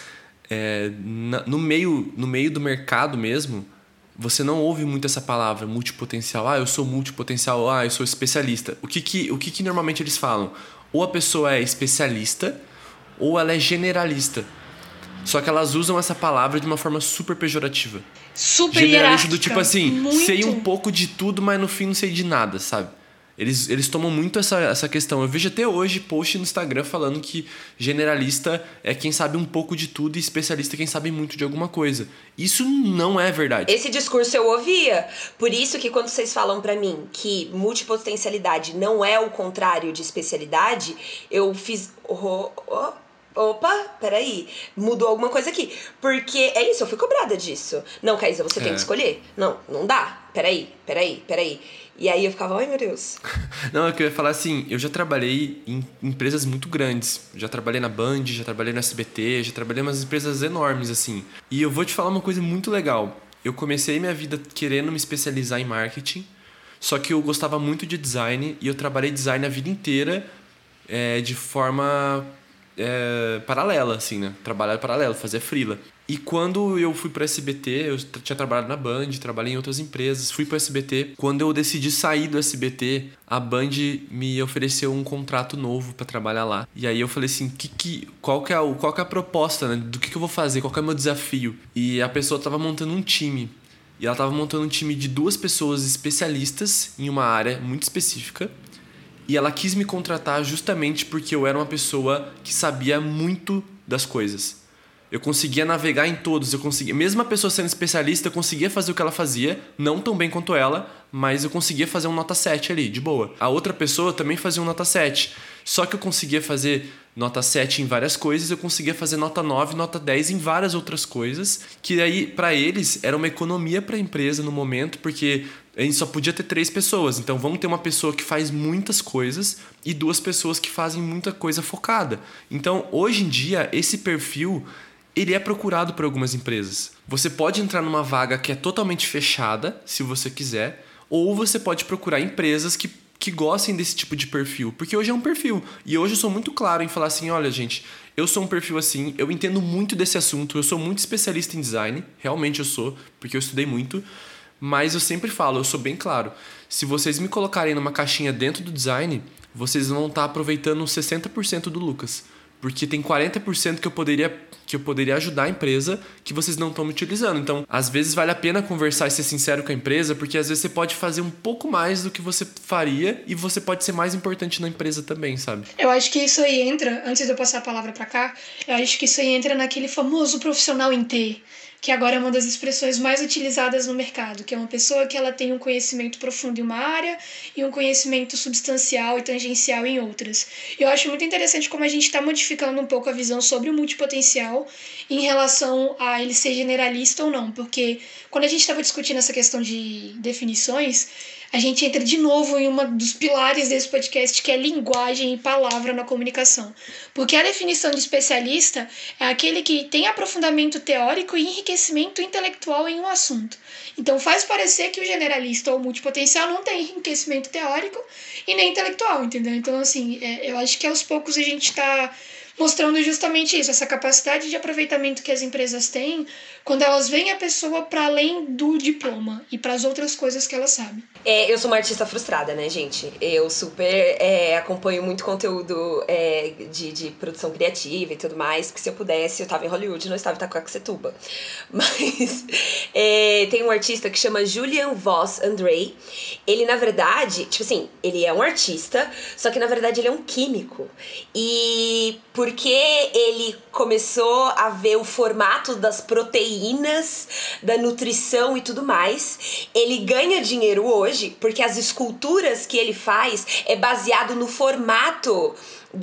é, na, no, meio, no meio do mercado mesmo, você não ouve muito essa palavra, multipotencial. Ah, eu sou multipotencial. Ah, eu sou especialista. O que que, o que, que normalmente eles falam? Ou a pessoa é especialista, ou ela é generalista. Só que elas usam essa palavra de uma forma super pejorativa. Super generalista do tipo assim, muito. Sei um pouco de tudo, mas no fim não sei de nada, sabe? Eles, eles tomam muito essa, essa questão. Eu vejo até hoje post no Instagram falando que generalista é quem sabe um pouco de tudo e especialista é quem sabe muito de alguma coisa. Isso não é verdade. Esse discurso eu ouvia. Por isso que quando vocês falam pra mim que multipotencialidade não é o contrário de especialidade, eu fiz... Oh, oh. Opa, peraí, mudou alguma coisa aqui. Porque é isso, eu fui cobrada disso. Não, Caísa, você é. tem que escolher. Não, não dá. Peraí, peraí, peraí. E aí eu ficava, ai meu Deus. Não, é que eu ia falar assim, eu já trabalhei em empresas muito grandes. Já trabalhei na Band, já trabalhei no S B T, já trabalhei em umas empresas enormes, assim. E eu vou te falar uma coisa muito legal. Eu comecei minha vida querendo me especializar em marketing, só que eu gostava muito de design e eu trabalhei design a vida inteira é, de forma... É, paralela, assim, né? Trabalhar paralelo, fazer freela. E quando eu fui pro S B T, eu tinha trabalhado na Band, trabalhei em outras empresas, fui pro S B T. Quando eu decidi sair do S B T, a Band me ofereceu um contrato novo pra trabalhar lá. E aí eu falei assim, que, que, qual, que é a, qual que é a proposta, né? Do que, que eu vou fazer, qual que é o meu desafio? E a pessoa tava montando um time. E ela tava montando um time de duas pessoas especialistas em uma área muito específica. E ela quis me contratar justamente porque eu era uma pessoa que sabia muito das coisas. Eu conseguia navegar em todos, eu conseguia, mesmo a pessoa sendo especialista, eu conseguia fazer o que ela fazia, não tão bem quanto ela, mas eu conseguia fazer um nota sete ali, de boa. A outra pessoa também fazia um nota sete, só que eu conseguia fazer nota sete em várias coisas, eu conseguia fazer nota nove, nota dez em várias outras coisas, que aí para eles era uma economia para a empresa no momento, porque a gente só podia ter três pessoas, então vamos ter uma pessoa que faz muitas coisas e duas pessoas que fazem muita coisa focada. Então, hoje em dia, esse perfil, ele é procurado por algumas empresas. Você pode entrar numa vaga que é totalmente fechada, se você quiser, ou você pode procurar empresas que, que gostem desse tipo de perfil, porque hoje é um perfil. E hoje eu sou muito claro em falar assim, olha, gente, eu sou um perfil assim, eu entendo muito desse assunto, eu sou muito especialista em design, realmente eu sou, porque eu estudei muito. Mas eu sempre falo, eu sou bem claro, se vocês me colocarem numa caixinha dentro do design, vocês vão estar aproveitando sessenta por cento do Lucas. porque tem quarenta por cento que eu poderia, que eu poderia ajudar a empresa que vocês não estão me utilizando. Então, às vezes vale a pena conversar e ser sincero com a empresa, porque às vezes você pode fazer um pouco mais do que você faria e você pode ser mais importante na empresa também, sabe? Eu acho que isso aí entra, antes de eu passar a palavra pra cá, eu acho que isso aí entra naquele famoso profissional em T, que agora é uma das expressões mais utilizadas no mercado, que é uma pessoa que ela tem um conhecimento profundo em uma área e um conhecimento substancial e tangencial em outras. Eu acho muito interessante como a gente está modificando um pouco a visão sobre o multipotencial em relação a ele ser generalista ou não, porque quando a gente estava discutindo essa questão de definições, a gente entra de novo em um dos pilares desse podcast, que é linguagem e palavra na comunicação. Porque a definição de especialista é aquele que tem aprofundamento teórico e enriquecimento intelectual em um assunto. Então faz parecer que o generalista ou multipotencial não tem enriquecimento teórico e nem intelectual, entendeu? Então, assim, é, eu acho que aos poucos a gente está mostrando justamente isso, essa capacidade de aproveitamento que as empresas têm quando elas veem a pessoa para além do diploma e para as outras coisas que ela sabe. É, eu sou uma artista frustrada, né, gente? Eu super é, acompanho muito conteúdo é, de, de produção criativa e tudo mais, porque se eu pudesse, eu tava em Hollywood, não estava em Itacoaxetuba. Mas é, tem um artista que chama Julian Voss Andrei. Ele, na verdade, tipo assim, ele é um artista, só que, na verdade, ele é um químico. E porque ele começou a ver o formato das proteínas, da nutrição e tudo mais, ele ganha dinheiro hoje, porque as esculturas que ele faz é baseado no formato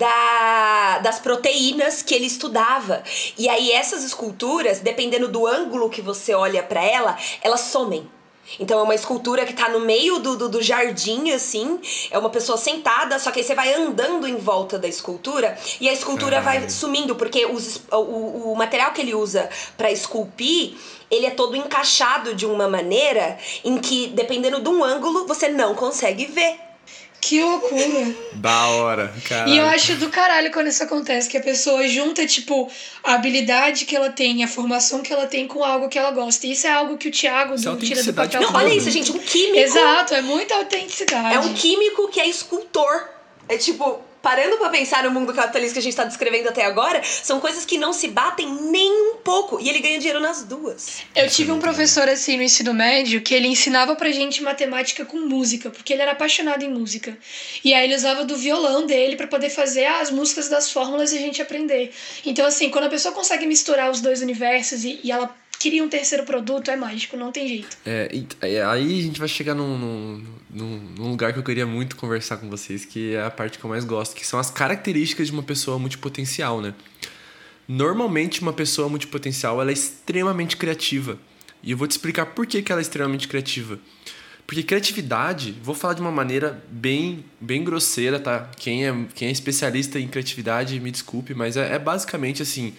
da, das proteínas que ele estudava. E aí essas esculturas, dependendo do ângulo que você olha para ela, elas somem. Então é uma escultura que tá no meio do, do, do jardim, assim, é uma pessoa sentada, só que aí você vai andando em volta da escultura e a escultura vai sumindo, porque os, o, o material que ele usa pra esculpir, ele é todo encaixado de uma maneira em que, dependendo de um ângulo, você não consegue ver. Que loucura. Da hora, caralho. E eu acho do caralho quando isso acontece, que a pessoa junta, tipo, a habilidade que ela tem, a formação que ela tem com algo que ela gosta. E isso é algo que o Thiago do Tira do Papel... Não, olha isso, gente, um químico... Exato, é muita autenticidade. É um químico que é escultor. É tipo... Parando pra pensar no mundo capitalista que a gente tá descrevendo até agora, são coisas que não se batem nem um pouco. E ele ganha dinheiro nas duas. Eu tive um professor assim no ensino médio que ele ensinava pra gente matemática com música, porque ele era apaixonado em música. E aí ele usava do violão dele pra poder fazer as músicas das fórmulas e a gente aprender. Então, assim, quando a pessoa consegue misturar os dois universos e, e ela queria um terceiro produto, é mágico, não tem jeito. É, aí a gente vai chegar num, num, num, num lugar que eu queria muito conversar com vocês, que é a parte que eu mais gosto, que são as características de uma pessoa multipotencial, né? Normalmente, uma pessoa multipotencial, ela é extremamente criativa. E eu vou te explicar por que, que ela é extremamente criativa. Porque criatividade, vou falar de uma maneira bem, bem grosseira, tá? Quem é, quem é especialista em criatividade, me desculpe, mas é, é basicamente assim...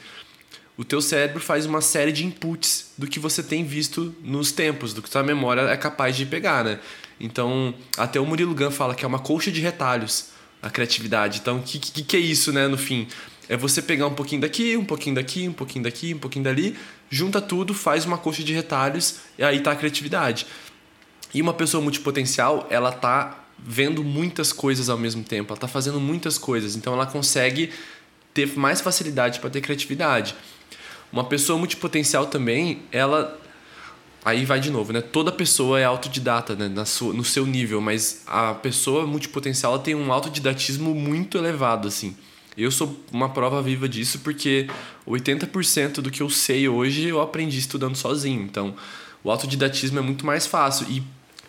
O teu cérebro faz uma série de inputs do que você tem visto nos tempos, do que sua memória é capaz de pegar, né? Então, até o Murilo Gun fala que é uma colcha de retalhos a criatividade. Então, o que, que, que é isso, né, no fim? É você pegar um pouquinho daqui, um pouquinho daqui, um pouquinho daqui, um pouquinho dali, junta tudo, faz uma colcha de retalhos e aí tá a criatividade. E uma pessoa multipotencial, ela tá vendo muitas coisas ao mesmo tempo, ela tá fazendo muitas coisas, então ela consegue ter mais facilidade para ter criatividade. Uma pessoa multipotencial também, ela... Aí vai de novo, né? Toda pessoa é autodidata, né? Na sua, no seu nível, mas a pessoa multipotencial ela tem um autodidatismo muito elevado, assim. Eu sou uma prova viva disso porque oitenta por cento do que eu sei hoje eu aprendi estudando sozinho. Então, o autodidatismo é muito mais fácil. E,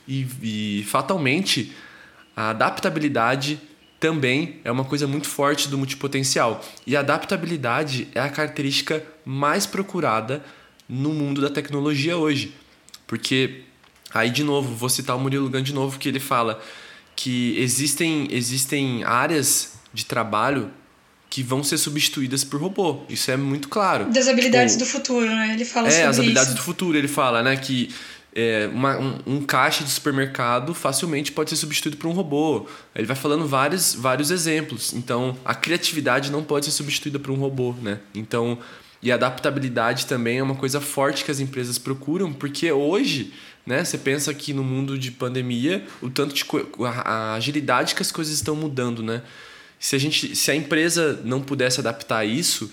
e, e fatalmente, a adaptabilidade... também é uma coisa muito forte do multipotencial. E a adaptabilidade é a característica mais procurada no mundo da tecnologia hoje. Porque, aí de novo, vou citar o Murilo Gun de novo, que ele fala que existem, existem áreas de trabalho que vão ser substituídas por robô. Isso é muito claro. Das habilidades tipo, do futuro, né? Ele fala é, sobre isso. É, as habilidades do futuro. Ele fala, né, que... É, uma, um, um caixa de supermercado facilmente pode ser substituído por um robô. Ele vai falando vários, vários exemplos. Então, a criatividade não pode ser substituída por um robô, né? Então, e a adaptabilidade também é uma coisa forte que as empresas procuram, porque hoje, né, você pensa que no mundo de pandemia, o tanto de co- a, a agilidade que as coisas estão mudando, né? Se a, gente, se a empresa não puder se adaptar a isso,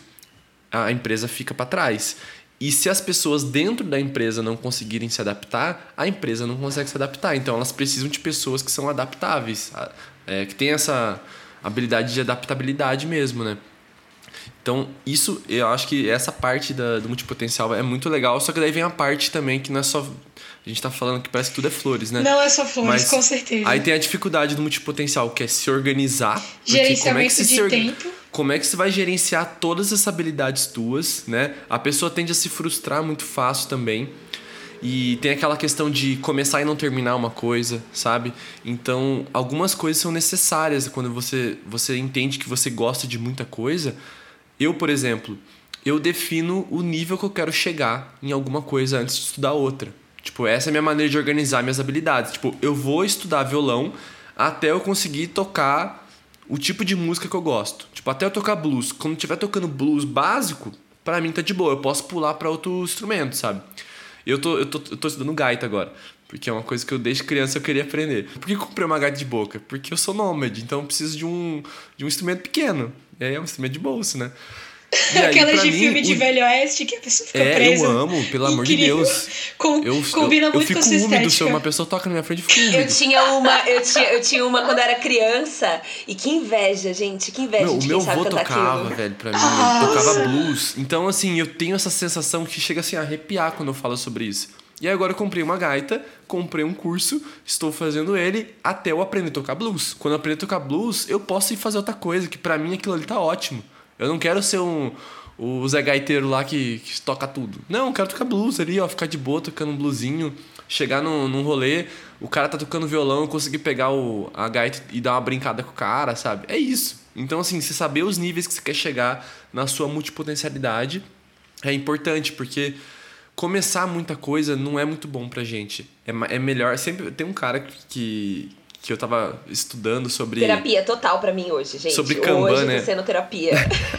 a empresa fica para trás. E se as pessoas dentro da empresa não conseguirem se adaptar, a empresa não consegue se adaptar. Então, elas precisam de pessoas que são adaptáveis, é, que têm essa habilidade de adaptabilidade mesmo, né? Então, isso, eu acho que essa parte da, do multipotencial é muito legal, só que daí vem a parte também que não é só... A gente tá falando que parece que tudo é flores, né? Não é só flores, Mas com certeza. Aí tem a dificuldade do multipotencial, que é se organizar. Gerenciamento como é que se de se orga... tempo. Como é que você vai gerenciar todas essas habilidades tuas, né? A pessoa tende a se frustrar muito fácil também. E tem aquela questão de começar e não terminar uma coisa, sabe? Então, algumas coisas são necessárias quando você, você entende que você gosta de muita coisa. Eu, por exemplo, eu defino o nível que eu quero chegar em alguma coisa antes de estudar outra. Tipo, essa é a minha maneira de organizar minhas habilidades. Tipo, eu vou estudar violão até eu conseguir tocar o tipo de música que eu gosto. Tipo, até eu tocar blues. Quando eu estiver tocando blues básico, pra mim tá de boa. Eu posso pular pra outro instrumento, sabe? Eu tô, eu tô, eu tô estudando gaita agora. Porque é uma coisa que eu desde criança eu queria aprender. Por que eu comprei uma gaita de boca? Porque eu sou nômade, então eu preciso de um, de um instrumento pequeno. E aí é um instrumento de bolso, né? E aí, Aquelas de mim, filme o... de Velho Oeste que a pessoa fica é, presa. eu amo, pelo amor de Incrível. Deus. Com, eu, combina eu, muito eu fico com a sua úmido estética. se uma pessoa toca na minha frente, eu fico úmido. Eu tinha uma, eu tinha, eu tinha uma quando era criança. E que inveja, gente. Que inveja Meu, de o quem meu sabe avô cantar tocava, aquilo. velho, pra mim. Nossa. Ele tocava blues. Então, assim, eu tenho essa sensação que chega assim a arrepiar quando eu falo sobre isso. E aí agora eu comprei uma gaita, comprei um curso, estou fazendo ele até eu aprender a tocar blues. Quando eu aprender a tocar blues, eu posso ir fazer outra coisa, que pra mim aquilo ali tá ótimo. Eu não quero ser um... o Zé Gaiteiro lá que, que toca tudo. Não, eu quero tocar blues ali, ó, ficar de boa tocando um bluesinho, chegar num, num rolê, o cara tá tocando violão, eu conseguir pegar o, a gaita e dar uma brincada com o cara, sabe? É isso. Então, assim, você saber os níveis que você quer chegar na sua multipotencialidade é importante, porque começar muita coisa não é muito bom pra gente. É, é melhor... Sempre tem um cara que... que eu tava estudando sobre... Terapia total pra mim hoje, gente. Sobre Kanban, hoje né? tá sendo terapia.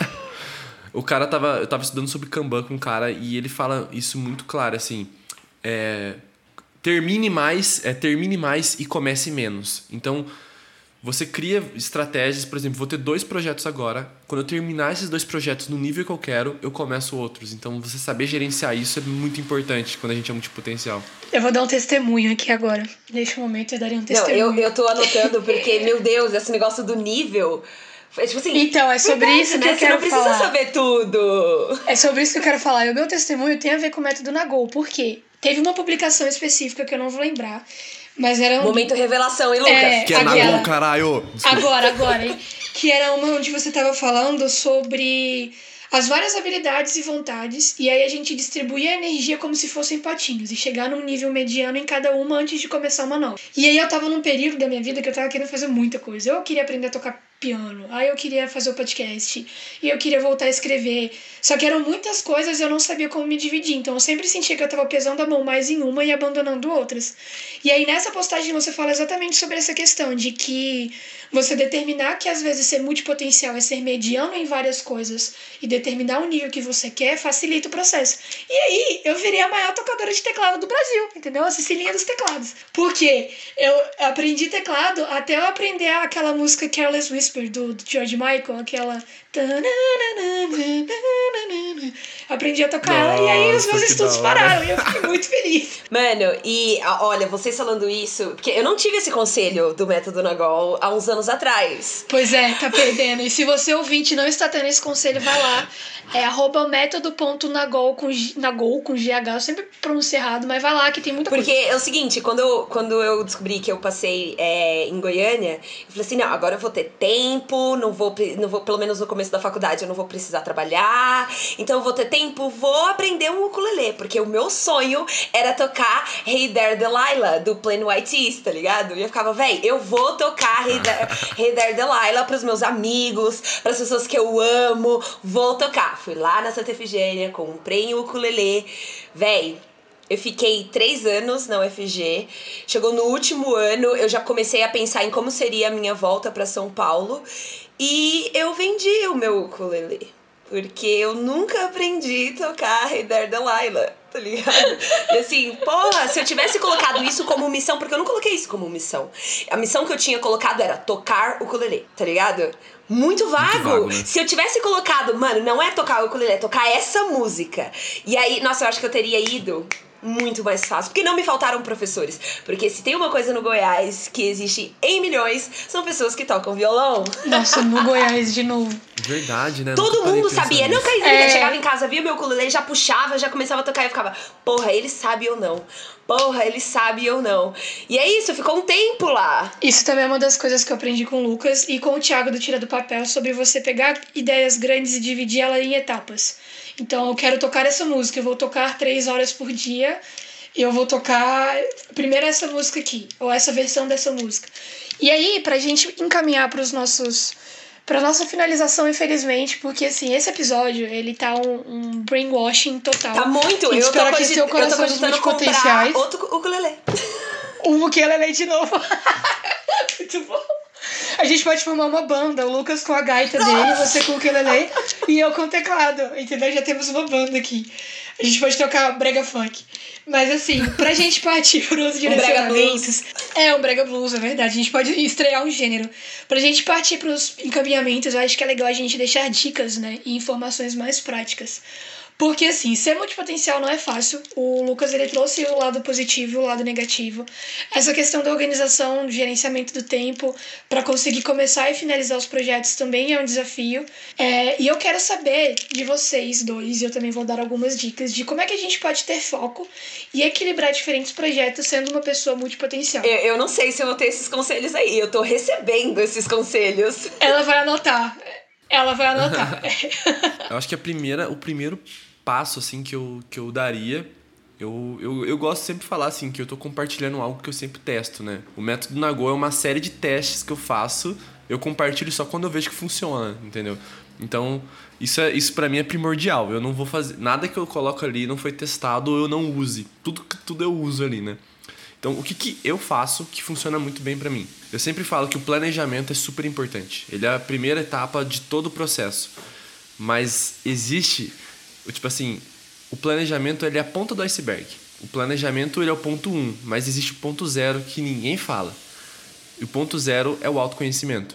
O cara tava... Eu tava estudando sobre Kanban com um cara e ele fala isso muito claro, assim... É, termine mais, é, termine mais e comece menos. Então, você cria estratégias... Por exemplo, vou ter dois projetos agora. Quando eu terminar esses dois projetos no nível que eu quero, eu começo outros. Então, você saber gerenciar isso é muito importante quando a gente é multipotencial. Eu vou dar um testemunho aqui agora. Neste momento eu daria um Não, testemunho. eu, eu tô anotando porque, meu Deus, esse negócio do nível... É tipo assim, Então, é sobre verdade, isso que né? eu quero Você não precisa falar. saber tudo. É sobre isso que eu quero falar. E o meu testemunho tem a ver com o método Nagol. Por quê? Teve uma publicação específica que eu não vou lembrar, mas era um... Momento revelação, hein, Lucas? É, Que é aquela- Nagol, caralho! Agora, agora, hein? Que era uma onde você estava falando sobre as várias habilidades e vontades, e aí a gente distribuía a energia como se fossem potinhos, e chegar num nível mediano em cada uma antes de começar uma nova. E aí eu tava num período da minha vida que eu tava querendo fazer muita coisa. Eu queria aprender a tocar piano, aí eu queria fazer o podcast, e eu queria voltar a escrever. Só que eram muitas coisas e eu não sabia como me dividir, então eu sempre sentia que eu tava pesando a mão mais em uma e abandonando outras. E aí nessa postagem você fala exatamente sobre essa questão de que você determinar que às vezes ser multipotencial é ser mediano em várias coisas e determinar o nível que você quer facilita o processo. E aí eu virei a maior tocadora de teclado do Brasil, entendeu? A Cecilinha dos teclados. Porque eu aprendi teclado até eu aprender aquela música Careless Whisper do, do George Michael, aquela... Aprendi a tocar ela e aí os meus Nossa, que estudos da hora. pararam e eu fiquei muito feliz. Mano, e a- olha, vocês falando isso, porque eu não tive esse conselho do método Nagol há uns anos atrás. Pois é, tá perdendo. E se você ouvinte não está tendo esse conselho, vai lá. É arroba método.nagol com, G- Nagol com G H. Eu sempre pronuncio errado, mas vai lá que tem muita Porque coisa. é o seguinte, quando eu, quando eu descobri que eu passei é, em Goiânia, eu falei assim, não, agora eu vou ter tempo, não vou, pre- não vou, pelo menos no começo da faculdade, eu não vou precisar trabalhar, então eu vou ter tempo, vou aprender um ukulele, porque o meu sonho era tocar Hey There Delilah, do Plain White Tees, tá ligado? E eu ficava, véi, eu vou tocar Hey There, hey There Delilah pros meus amigos, pras pessoas que eu amo, vou tocar. Fui lá na Santa Efigênia, comprei um ukulele, véi, eu fiquei três anos na U F G. Chegou no último ano, eu já comecei a pensar em como seria a minha volta pra São Paulo. E eu vendi o meu ukulele. Porque eu nunca aprendi a tocar Hey There Delilah, tá ligado? E assim, porra, se eu tivesse colocado isso como missão, porque eu não coloquei isso como missão. A missão que eu tinha colocado era tocar o ukulele, tá ligado? Muito vago. Muito vago, né? Se eu tivesse colocado, mano, não é tocar o ukulele, é tocar essa música. E aí, nossa, eu acho que eu teria ido muito mais fácil, porque não me faltaram professores. Porque se tem uma coisa no Goiás que existe em milhões, são pessoas que tocam violão. Nossa, no Goiás de novo. Verdade, né? Todo mundo sabia. Não, Caísa, é... chegava em casa, via meu ukulele, já puxava, já começava a tocar e eu ficava, porra, ele sabe ou não? Porra, ele sabe ou não? E é isso, ficou um tempo lá. Isso também é uma das coisas que eu aprendi com o Lucas e com o Thiago do Tira do Papel, sobre você pegar ideias grandes e dividir ela em etapas. Então, eu quero tocar essa música, eu vou tocar três horas por dia, e eu vou tocar primeiro essa música aqui, ou essa versão dessa música. E aí, pra gente encaminhar pros nossos... pra nossa finalização, infelizmente, porque, assim, esse episódio, ele tá um, um brainwashing total. Tá muito, eu tô, cogit... eu tô cogitando comprar outro ukulele. Um ukulele de novo. Muito bom. A gente pode formar uma banda, o Lucas com a gaita dele, você com o ukulele e eu com o teclado, entendeu? Já temos uma banda aqui. A gente pode tocar brega funk. Mas assim, pra gente partir pros direcionamentos... É, um brega blues, é verdade. A gente pode estrear um gênero. Pra gente partir pros encaminhamentos, eu acho que é legal a gente deixar dicas, né? E informações mais práticas. Porque, assim, ser multipotencial não é fácil. O Lucas, ele trouxe o lado positivo e o lado negativo. Essa questão da organização, do gerenciamento do tempo, para conseguir começar e finalizar os projetos também é um desafio. É, e eu quero saber de vocês dois, e eu também vou dar algumas dicas, de como é que a gente pode ter foco e equilibrar diferentes projetos sendo uma pessoa multipotencial. Eu, eu não sei se eu vou ter esses conselhos aí. Eu tô recebendo esses conselhos. Ela vai anotar. Ela vai anotar. Eu acho que a primeira, o primeiro passo, assim, que eu, que eu daria... Eu, eu, eu gosto sempre de falar, assim, que eu tô compartilhando algo que eu sempre testo, né? O método Nagô é uma série de testes que eu faço, eu compartilho só quando eu vejo que funciona, entendeu? Então, isso, é, isso pra mim é primordial. Eu não vou fazer... Nada que eu coloco ali não foi testado ou eu não use. Tudo, tudo eu uso ali, né? Então, o que, que eu faço que funciona muito bem pra mim? Eu sempre falo que o planejamento é super importante. Ele é a primeira etapa de todo o processo. Mas existe... Tipo assim, o planejamento ele é a ponta do iceberg. O planejamento ele é o ponto um, mas existe o ponto zero que ninguém fala. E o ponto zero é o autoconhecimento.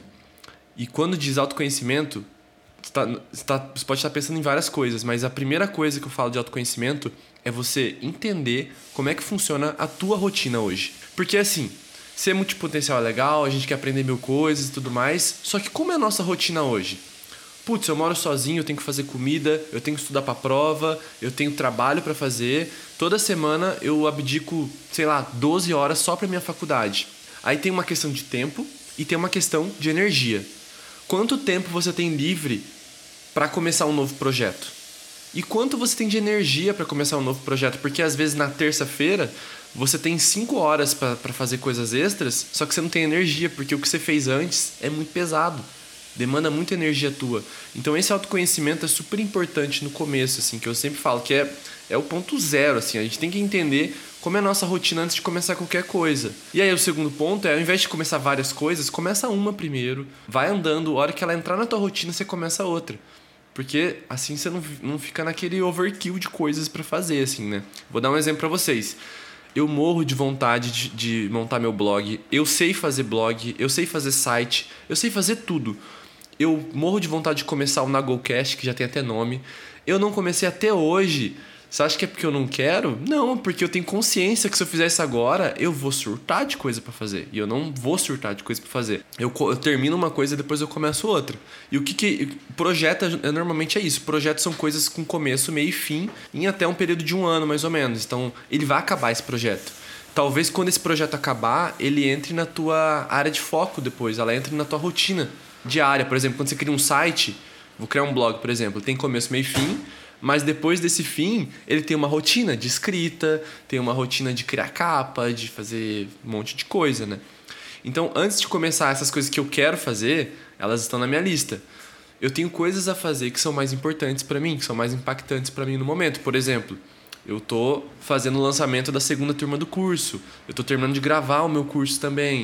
E quando diz autoconhecimento, você, tá, você, tá, você pode estar pensando em várias coisas, mas a primeira coisa que eu falo de autoconhecimento é você entender como é que funciona a tua rotina hoje. Porque assim, ser multipotencial é legal, a gente quer aprender mil coisas e tudo mais, só que como é a nossa rotina hoje? Putz, eu moro sozinho, eu tenho que fazer comida, eu tenho que estudar pra prova, eu tenho trabalho pra fazer. Toda semana eu abdico, sei lá, doze horas só pra minha faculdade. Aí tem uma questão de tempo e tem uma questão de energia. Quanto tempo você tem livre pra começar um novo projeto? E quanto você tem de energia pra começar um novo projeto? Porque às vezes na terça-feira você tem cinco horas pra, pra fazer coisas extras, só que você não tem energia, porque o que você fez antes é muito pesado. Demanda muita energia tua. Então esse autoconhecimento é super importante no começo, assim, que eu sempre falo que é, é o ponto zero, assim. A gente tem que entender como é a nossa rotina antes de começar qualquer coisa. E aí o segundo ponto é, ao invés de começar várias coisas, começa uma primeiro, vai andando, a hora que ela entrar na tua rotina, você começa outra. Porque assim você não, não fica naquele overkill de coisas pra fazer, assim, né? Vou dar um exemplo pra vocês. Eu morro de vontade de, de montar meu blog. Eu sei fazer blog, eu sei fazer site, eu sei fazer tudo. Eu morro de vontade de começar o NagoCast, que já tem até nome. Eu não comecei até hoje. Você acha que é porque eu não quero? Não, porque eu tenho consciência que se eu fizer isso agora, eu vou surtar de coisa pra fazer. E eu não vou surtar de coisa pra fazer. Eu, eu termino uma coisa e depois eu começo outra. E o que que... Projeto é, normalmente é isso. Projetos são coisas com começo, meio e fim, em até um período de um ano, mais ou menos. Então, ele vai acabar esse projeto. Talvez quando esse projeto acabar, ele entre na tua área de foco depois. Ela entre na tua rotina diária. Por exemplo, quando você cria um site, vou criar um blog, por exemplo, tem começo, meio e fim, mas depois desse fim, ele tem uma rotina de escrita, tem uma rotina de criar capa, de fazer um monte de coisa, né? Então, antes de começar essas coisas que eu quero fazer, elas estão na minha lista. Eu tenho coisas a fazer que são mais importantes para mim, que são mais impactantes para mim no momento. Por exemplo, eu tô fazendo o lançamento da segunda turma do curso, eu tô terminando de gravar o meu curso também.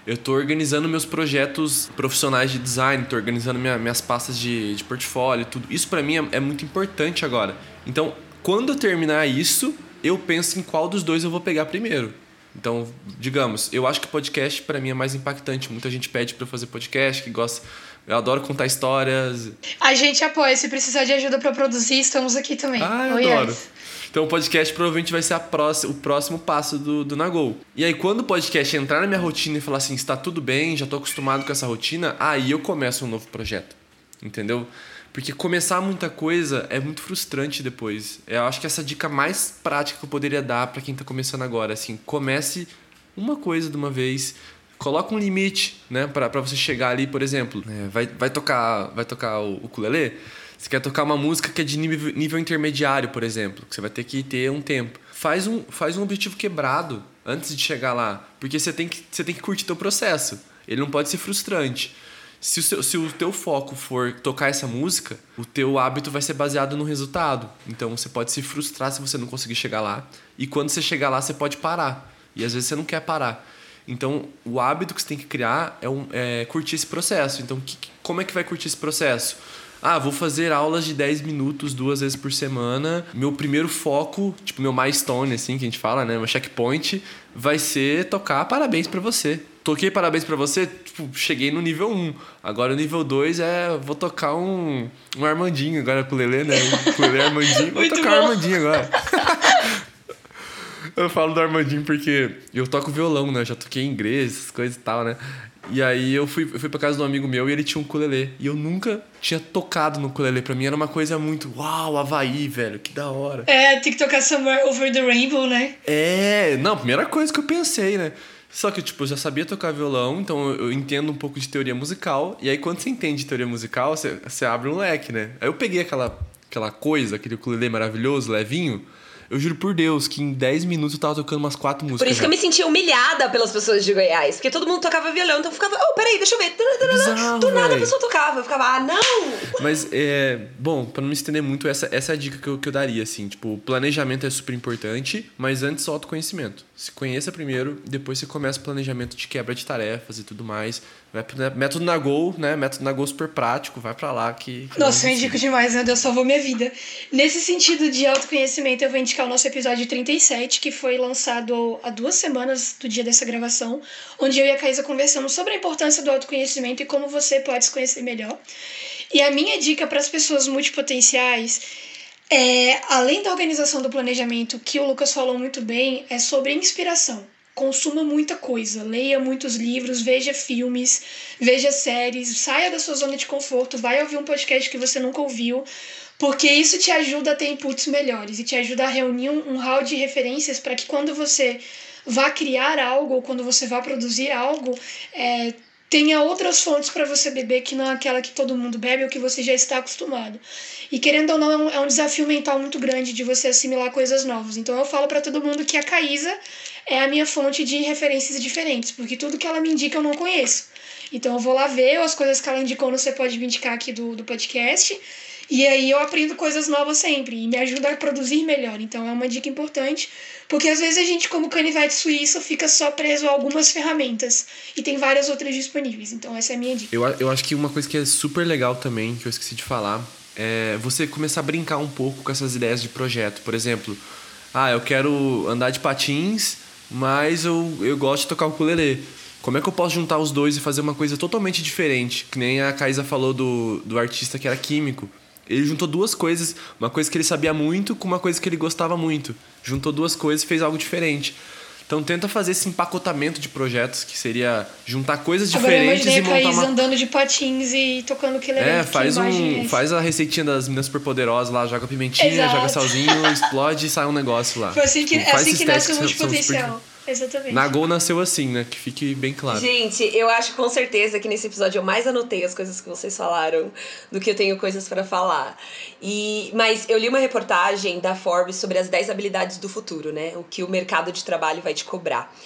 Eu tô organizando meus projetos profissionais de design, tô organizando minha, minhas pastas de, de portfólio, tudo. Isso pra mim é, é muito importante agora. Então, quando eu terminar isso, eu penso em qual dos dois eu vou pegar primeiro. Então, digamos, eu acho que podcast pra mim é mais impactante. Muita gente pede pra eu fazer podcast, que gosta... Eu adoro contar histórias. A gente apoia. Se precisar de ajuda pra produzir, estamos aqui também. Ah, eu oh, adoro. Yes. Então o podcast provavelmente vai ser a próxima, o próximo passo do, do Nagol. E aí quando o podcast entrar na minha rotina e falar assim, está tudo bem, já tô acostumado com essa rotina, aí eu começo um novo projeto. Entendeu? Porque começar muita coisa é muito frustrante depois. Eu acho que essa dica mais prática que eu poderia dar pra quem tá começando agora, assim, comece uma coisa de uma vez. Coloca um limite, né, pra, pra você chegar ali, por exemplo, é, vai, vai tocar, vai tocar o ukulele. Você quer tocar uma música que é de nível, nível intermediário, por exemplo, que você vai ter que ter um tempo. Faz um, faz um objetivo quebrado antes de chegar lá, porque você tem que, você tem que curtir teu processo. Ele não pode ser frustrante. Se o, seu, se o teu foco for tocar essa música, o teu hábito vai ser baseado no resultado. Então você pode se frustrar se você não conseguir chegar lá. E quando você chegar lá, você pode parar. E às vezes você não quer parar. Então, o hábito que você tem que criar é, um, é curtir esse processo. Então, que, como é que vai curtir esse processo? Ah, vou fazer aulas de dez minutos duas vezes por semana. Meu primeiro foco, tipo, meu milestone, assim, que a gente fala, né? Meu checkpoint, vai ser tocar Parabéns Pra Você. Toquei Parabéns Pra Você, tipo, cheguei no nível um. Agora o nível dois é, vou tocar um, um Armandinho agora com o Lelê, né? Com o Lelê Armandinho. Vou Muito tocar bom. o Armandinho agora. Eu falo do Armandinho porque eu toco violão, né? Eu já toquei em igreja, essas coisas e tal, né? E aí eu fui, eu fui pra casa de um amigo meu e ele tinha um ukulele. E eu nunca tinha tocado no ukulele. Pra mim era uma coisa muito... Uau, Havaí, velho, que da hora. É, tem que tocar Somewhere Over the Rainbow, né? É, não, a primeira coisa que eu pensei, né? Só que, tipo, eu já sabia tocar violão, então eu entendo um pouco de teoria musical. E aí quando você entende teoria musical, você, você abre um leque, né? Aí eu peguei aquela, aquela coisa, aquele ukulele maravilhoso, levinho... Eu juro por Deus que em dez minutos eu tava tocando umas quatro músicas. Por isso que eu me sentia humilhada pelas pessoas de Goiás. Porque todo mundo tocava violão, então eu ficava... Oh, peraí, deixa eu ver. Bizarro, Do nada véi. a pessoa tocava. Eu ficava, ah, não! Mas, é... Bom, pra não me estender muito, essa, essa é a dica que eu, que eu daria, assim. Tipo, planejamento é super importante, mas antes autoconhecimento. Se conheça primeiro, depois você começa o planejamento de quebra de tarefas e tudo mais. Método Nagol, né? Método Nagol super prático. Vai pra lá que... que Nossa, eu não indico demais, meu Deus, salvou minha vida. Nesse sentido de autoconhecimento, eu vou indicar o nosso episódio trinta e sete, que foi lançado há duas semanas do dia dessa gravação, onde eu e a Caísa conversamos sobre a importância do autoconhecimento e como você pode se conhecer melhor. E a minha dica para as pessoas multipotenciais é, além da organização do planejamento, que o Lucas falou muito bem, é sobre inspiração. Consuma muita coisa, leia muitos livros, veja filmes, veja séries, saia da sua zona de conforto, vai ouvir um podcast que você nunca ouviu, porque isso te ajuda a ter inputs melhores e te ajuda a reunir um, um hall de referências para que quando você vá criar algo ou quando você vá produzir algo, é, tenha outras fontes para você beber que não aquela que todo mundo bebe ou que você já está acostumado. E querendo ou não, é um, é um desafio mental muito grande de você assimilar coisas novas. Então eu falo para todo mundo que a Caísa é a minha fonte de referências diferentes, porque tudo que ela me indica eu não conheço. Então eu vou lá ver as coisas que ela indicou no Você Pode Me Indicar aqui do, do podcast, e aí eu aprendo coisas novas sempre, e me ajuda a produzir melhor. Então é uma dica importante, porque às vezes a gente, como canivete suíço, fica só preso a algumas ferramentas, e tem várias outras disponíveis. Então essa é a minha dica. Eu, eu acho que uma coisa que é super legal também, que eu esqueci de falar, é você começar a brincar um pouco com essas ideias de projeto. Por exemplo, ah, eu quero andar de patins, mas eu, eu gosto de tocar o ukulele. Como é que eu posso juntar os dois e fazer uma coisa totalmente diferente? Que nem a Caísa falou do, do artista que era químico. Ele juntou duas coisas, uma coisa que ele sabia muito com uma coisa que ele gostava muito. Juntou duas coisas e fez algo diferente. Então tenta fazer esse empacotamento de projetos, que seria juntar coisas diferentes Agora eu e montar imaginei a Caísa uma... andando de patins e tocando ukulele. É, Que faz, imagem é um, essa? faz a receitinha das meninas superpoderosas lá, joga pimentinha, Exato. joga salzinho, explode e sai um negócio lá. Foi assim que, Tipo, é faz assim que esses nasce testes o que são- são multipotencial. super- Exatamente. Nagol nasceu assim, né? Que fique bem claro. Gente, eu acho com certeza que nesse episódio eu mais anotei as coisas que vocês falaram do que eu tenho coisas pra falar. E, mas eu li uma reportagem da Forbes sobre as dez habilidades do futuro, né? O que o mercado de trabalho vai te cobrar.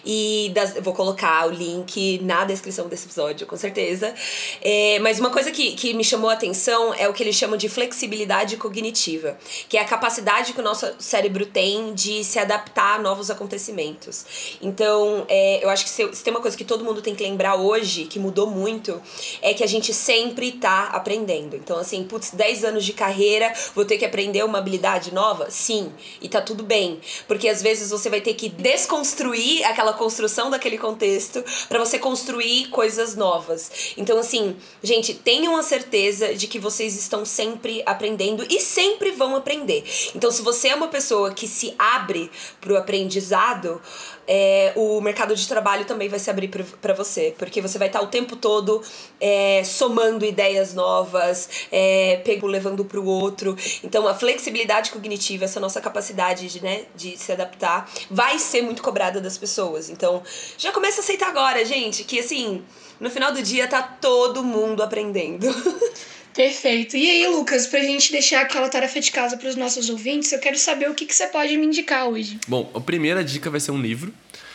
E das, eu vou colocar o link na descrição desse episódio, com certeza. É, mas uma coisa que, que me chamou a atenção é o que eles chamam de flexibilidade cognitiva, que é a capacidade que o nosso cérebro tem de se adaptar a novos acontecimentos. anos. Então, é, eu acho que se, se tem uma coisa que todo mundo tem que lembrar hoje, que mudou muito, é que a gente sempre tá aprendendo. Então, assim, putz, dez anos de carreira, vou ter que aprender uma habilidade nova? Sim, e tá tudo bem. Porque às vezes você vai ter que desconstruir aquela construção daquele contexto pra você construir coisas novas. Então, assim, gente, tenham a certeza de que vocês estão sempre aprendendo e sempre vão aprender. Então, se você é uma pessoa que se abre pro aprendizado, é, o mercado de trabalho também vai se abrir para você, porque você vai estar o tempo todo é, somando ideias novas, é, pego, levando para o outro. Então, a flexibilidade cognitiva, essa nossa capacidade de, né, de se adaptar, vai ser muito cobrada das pessoas. Então, já começa a aceitar agora, gente, que assim, no final do dia tá todo mundo aprendendo. Perfeito. E aí, Lucas, pra gente deixar aquela tarefa de casa pros nossos ouvintes, eu quero saber o que, que você pode me indicar hoje. Bom, a primeira dica vai ser um livro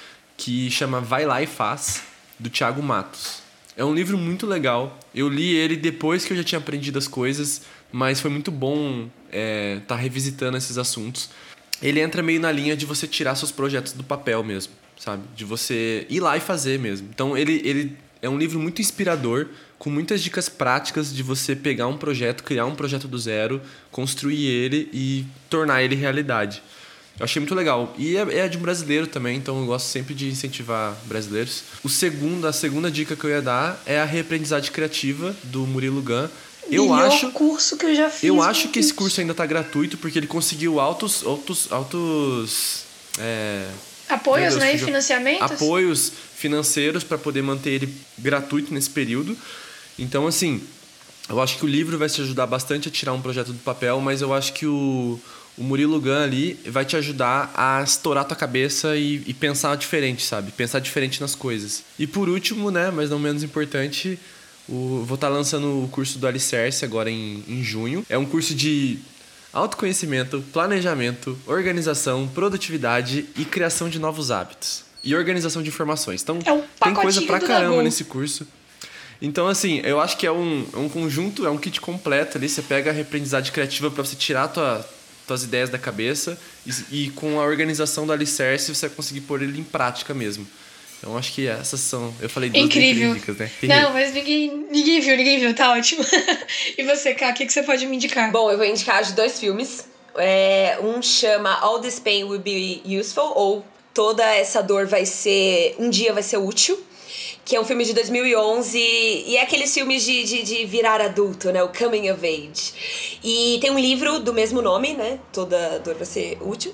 que chama Vai Lá e Faz, do Thiago Matos. É um livro muito legal. Eu li ele depois que eu já tinha aprendido as coisas, mas foi muito bom é, tá revisitando esses assuntos. Ele entra meio na linha de você tirar seus projetos do papel mesmo, sabe? De você ir lá e fazer mesmo. Então, ele, ele é um livro muito inspirador, com muitas dicas práticas de você pegar um projeto, criar um projeto do zero, construir ele e tornar ele realidade. Eu achei muito legal. E é, é de um brasileiro também, então eu gosto sempre de incentivar brasileiros. O segundo, a segunda dica que eu ia dar é a Reaprendizagem Criativa, do Murilo Gun. Eu Melhor acho, curso que eu já fiz. Eu acho que esse curso ainda está gratuito, porque ele conseguiu altos... altos, altos é, apoios, Deus, né? E financiamentos. Apoios financeiros para poder manter ele gratuito nesse período. Então, assim, eu acho que o livro vai te ajudar bastante a tirar um projeto do papel, mas eu acho que o, o Murilo Gun ali vai te ajudar a estourar tua cabeça e, e pensar diferente, sabe? Pensar diferente nas coisas. E por último, né, mas não menos importante, o, vou estar lançando o curso do Alicerce agora em, em junho. É um curso de autoconhecimento, planejamento, organização, produtividade e criação de novos hábitos. E organização de informações. Então, é um tem coisa pra caramba Dabu. nesse curso. Então, assim, eu acho que é um, é um conjunto, é um kit completo ali. Você pega a reaprendizagem criativa para você tirar tua, tuas ideias da cabeça e, e com a organização do Alicerce você vai conseguir pôr ele em prática mesmo. Então, acho que essas são... Eu falei duas Incrível. dicas, né? Não, mas ninguém, ninguém viu, ninguém viu. Tá ótimo. E você, Ká, o que, que você pode me indicar? Bom, eu vou indicar de dois filmes. É, um chama All This Pain Will Be Useful, ou Toda Essa Dor Vai Ser... Um Dia Vai Ser Útil. Que é um filme de dois mil e onze, e é aqueles filmes de, de, de virar adulto, né? O Coming of Age. E tem um livro do mesmo nome, né? Toda Dor Vai Ser Útil.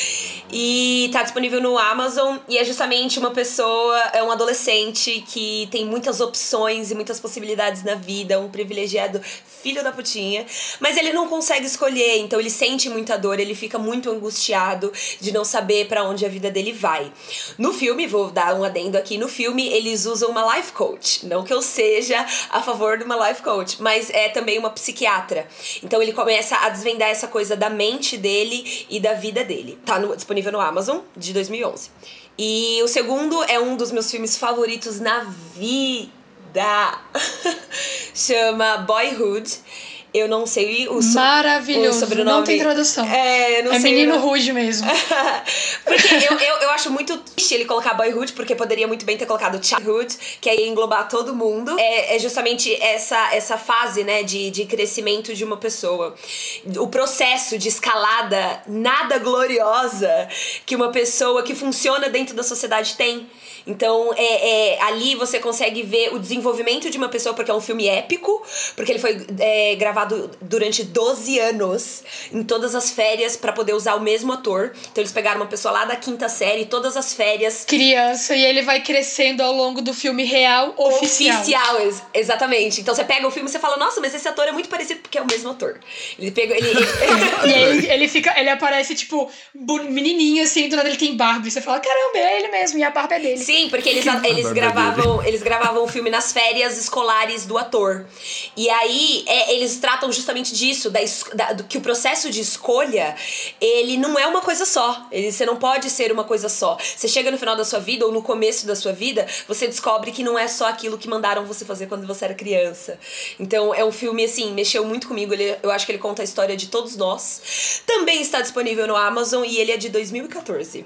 E tá disponível no Amazon, e é justamente uma pessoa, é um adolescente que tem muitas opções e muitas possibilidades na vida, um privilegiado filho da putinha, mas ele não consegue escolher, então ele sente muita dor, ele fica muito angustiado de não saber pra onde a vida dele vai. No filme, vou dar um adendo aqui, no filme eles usam uma life coach, não que eu seja a favor de uma life coach, mas é também uma psiquiatra. Então ele começa a desvendar essa coisa da mente dele e da vida dele. Tá no, disponível no Amazon, de dois mil e onze. E o segundo é um dos meus filmes favoritos na vida. Chama Boyhood. Eu não sei o, so- Maravilhoso, o sobrenome. não tem tradução. É, eu não é sei. Menino não... Rude mesmo. Porque eu, eu, eu acho muito triste ele colocar Boyhood, porque poderia muito bem ter colocado Childhood, que aí ia englobar todo mundo. É, é justamente essa, essa fase, né, de, de crescimento de uma pessoa. O processo de escalada nada gloriosa que uma pessoa que funciona dentro da sociedade tem. Então, é, é, ali você consegue ver o desenvolvimento de uma pessoa, porque é um filme épico, porque ele foi é, gravado durante doze anos, em todas as férias, pra poder usar o mesmo ator. Então, eles pegaram uma pessoa lá da quinta série, todas as férias. Criança, e ele vai crescendo ao longo do filme real, oficial. Oficial, ex- exatamente. Então, você pega o filme e você fala, nossa, mas esse ator é muito parecido, porque é o mesmo ator. Ele pega... Ele, ele... E aí ele, ele, fica, ele aparece, tipo, menininho, assim, do nada ele tem barba. E você fala, caramba, é ele mesmo, e a barba é dele. Sim, porque eles, eles, gravavam, eles gravavam o filme nas férias escolares do ator. E aí, é, eles tratam justamente disso, da, da, do, que o processo de escolha, ele não é uma coisa só. Ele, você não pode ser uma coisa só. Você chega no final da sua vida, ou no começo da sua vida, você descobre que não é só aquilo que mandaram você fazer quando você era criança. Então, é um filme, assim, mexeu muito comigo. Ele, eu acho que ele conta a história de todos nós. Também está disponível no Amazon, e ele é de dois mil e catorze.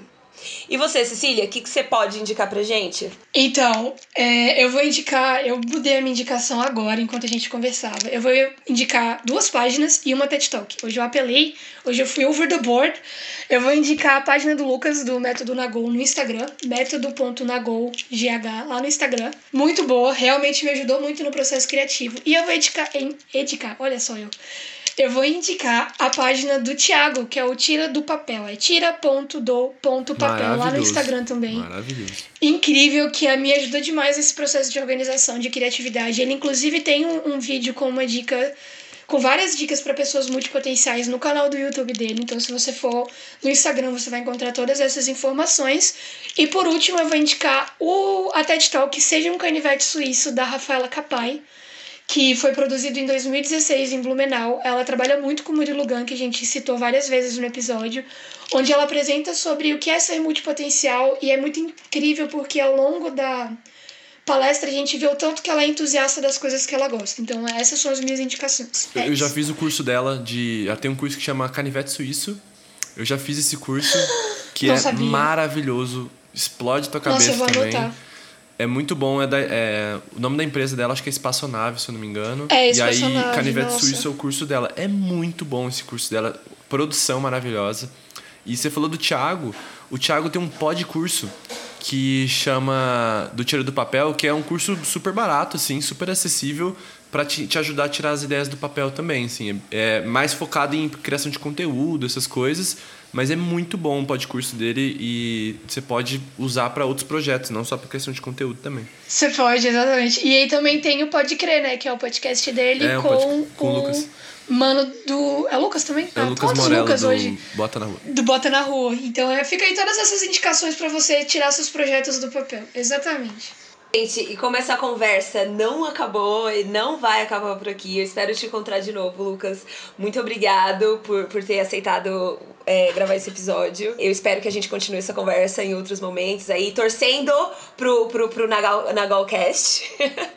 E você, Cecília, o que, que você pode indicar pra gente? Então, é, eu vou indicar, eu mudei a minha indicação agora, enquanto a gente conversava. Eu vou indicar duas páginas e uma TED Talk. Hoje eu apelei, hoje eu fui over the board. Eu vou indicar a página do Lucas, do Método Nagol, no Instagram, método ponto nagol g h, lá no Instagram. Muito boa, realmente me ajudou muito no processo criativo. E eu vou indicar, em, indicar olha só eu... Eu vou indicar a página do Thiago, que é o Tira do Papel. É tira ponto do ponto papel, lá no Instagram também. Maravilhoso. Incrível, que me ajudou demais nesse processo de organização, de criatividade. Ele, inclusive, tem um, um vídeo com uma dica, com várias dicas para pessoas multipotenciais no canal do YouTube dele. Então, se você for no Instagram, você vai encontrar todas essas informações. E, por último, eu vou indicar o, a TED Talk Seja um Canivete Suíço, da Rafaela Capai, que foi produzido em dois mil e dezesseis em Blumenau. Ela trabalha muito com o Murilo Gun, que a gente citou várias vezes no episódio, onde ela apresenta sobre o que é ser multipotencial, e é muito incrível porque ao longo da palestra a gente vê o tanto que ela é entusiasta das coisas que ela gosta. Então essas são as minhas indicações. Eu, eu já fiz o curso dela, de ela tem um curso que chama Canivete Suíço. Eu já fiz esse curso, que Não é sabia. maravilhoso, explode tua Nossa, cabeça eu vou também. anotar. É muito bom, é, da, é o nome da empresa dela, acho que é Espaçonave, se eu não me engano. É, E aí, Espaçonave, Canivete nossa. Suíço é o curso dela. É muito bom esse curso dela, produção maravilhosa. E você falou do Thiago, o Thiago tem um podcurso que chama Do Tira do Papel, que é um curso super barato, assim, super acessível, para te, te ajudar a tirar as ideias do papel também, assim. É, é mais focado em criação de conteúdo, essas coisas, mas é muito bom o podcurso dele e você pode usar para outros projetos, não só para criação de conteúdo também. Você pode, exatamente. E aí também tem o Pode Crer, né? Que é o podcast dele É, o com, Pode- com o o Lucas. mano do... É Lucas também? É Ah, o Lucas todos Morello Lucas do hoje. Bota na Rua. Do Bota na Rua. Então é, fica aí todas essas indicações pra você tirar seus projetos do papel. Exatamente. Gente, e como essa conversa não acabou e não vai acabar por aqui, eu espero te encontrar de novo, Lucas. Muito obrigado por, por ter aceitado é, gravar esse episódio. Eu espero que a gente continue essa conversa em outros momentos aí, torcendo pro, pro, pro Nagal, Nagalcast.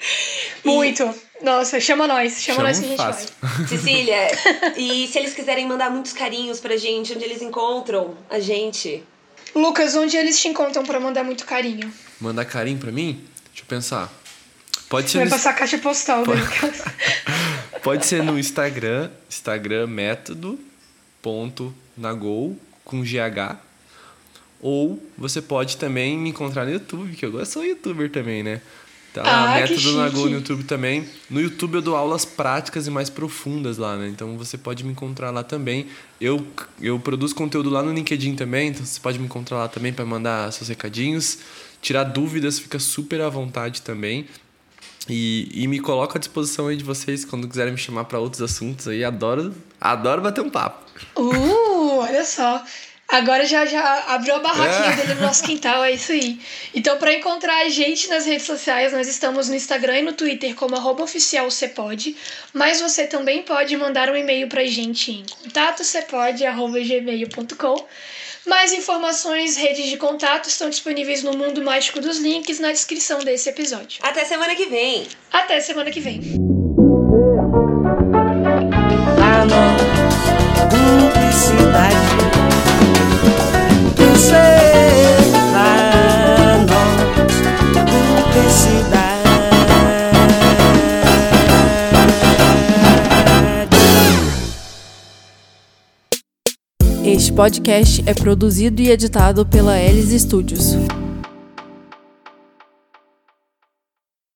Muito. Nossa, chama nós. Chama, Chama nós que a gente fácil. vai. Cecília, e se eles quiserem mandar muitos carinhos pra gente, onde eles encontram a gente? Lucas, onde eles te encontram pra mandar muito carinho? Mandar carinho pra mim? Deixa eu pensar. Pode ser Vai no, passar a caixa postal dele. pode ser no Instagram, Instagram método ponto nagol com G H. Ou você pode também me encontrar no YouTube, que eu sou youtuber também, né? Tá lá, Ah, que Método Nagol chique. no YouTube também. No YouTube eu dou aulas práticas e mais profundas lá, né? Então você pode me encontrar lá também. Eu, eu produzo conteúdo lá no LinkedIn também, então você pode me encontrar lá também para mandar seus recadinhos. Tirar dúvidas, fica super à vontade também. E, e me coloco à disposição aí de vocês quando quiserem me chamar para outros assuntos aí. Adoro, adoro bater um papo. Uh, olha só. Agora já, já abriu a barraquinha É. dele no nosso quintal, é isso aí. Então, para encontrar a gente nas redes sociais, nós estamos no Instagram e no Twitter como arroba oficial cepode, mas você também pode mandar um e-mail pra gente em contato cepode arroba gmail ponto com. Mais informações, redes de contato estão disponíveis no Mundo Mágico dos Links na descrição desse episódio. Até semana que vem! Até semana que vem. Lá na publicidade do ser, lá na publicidade. Este podcast é produzido e editado pela Elis Studios.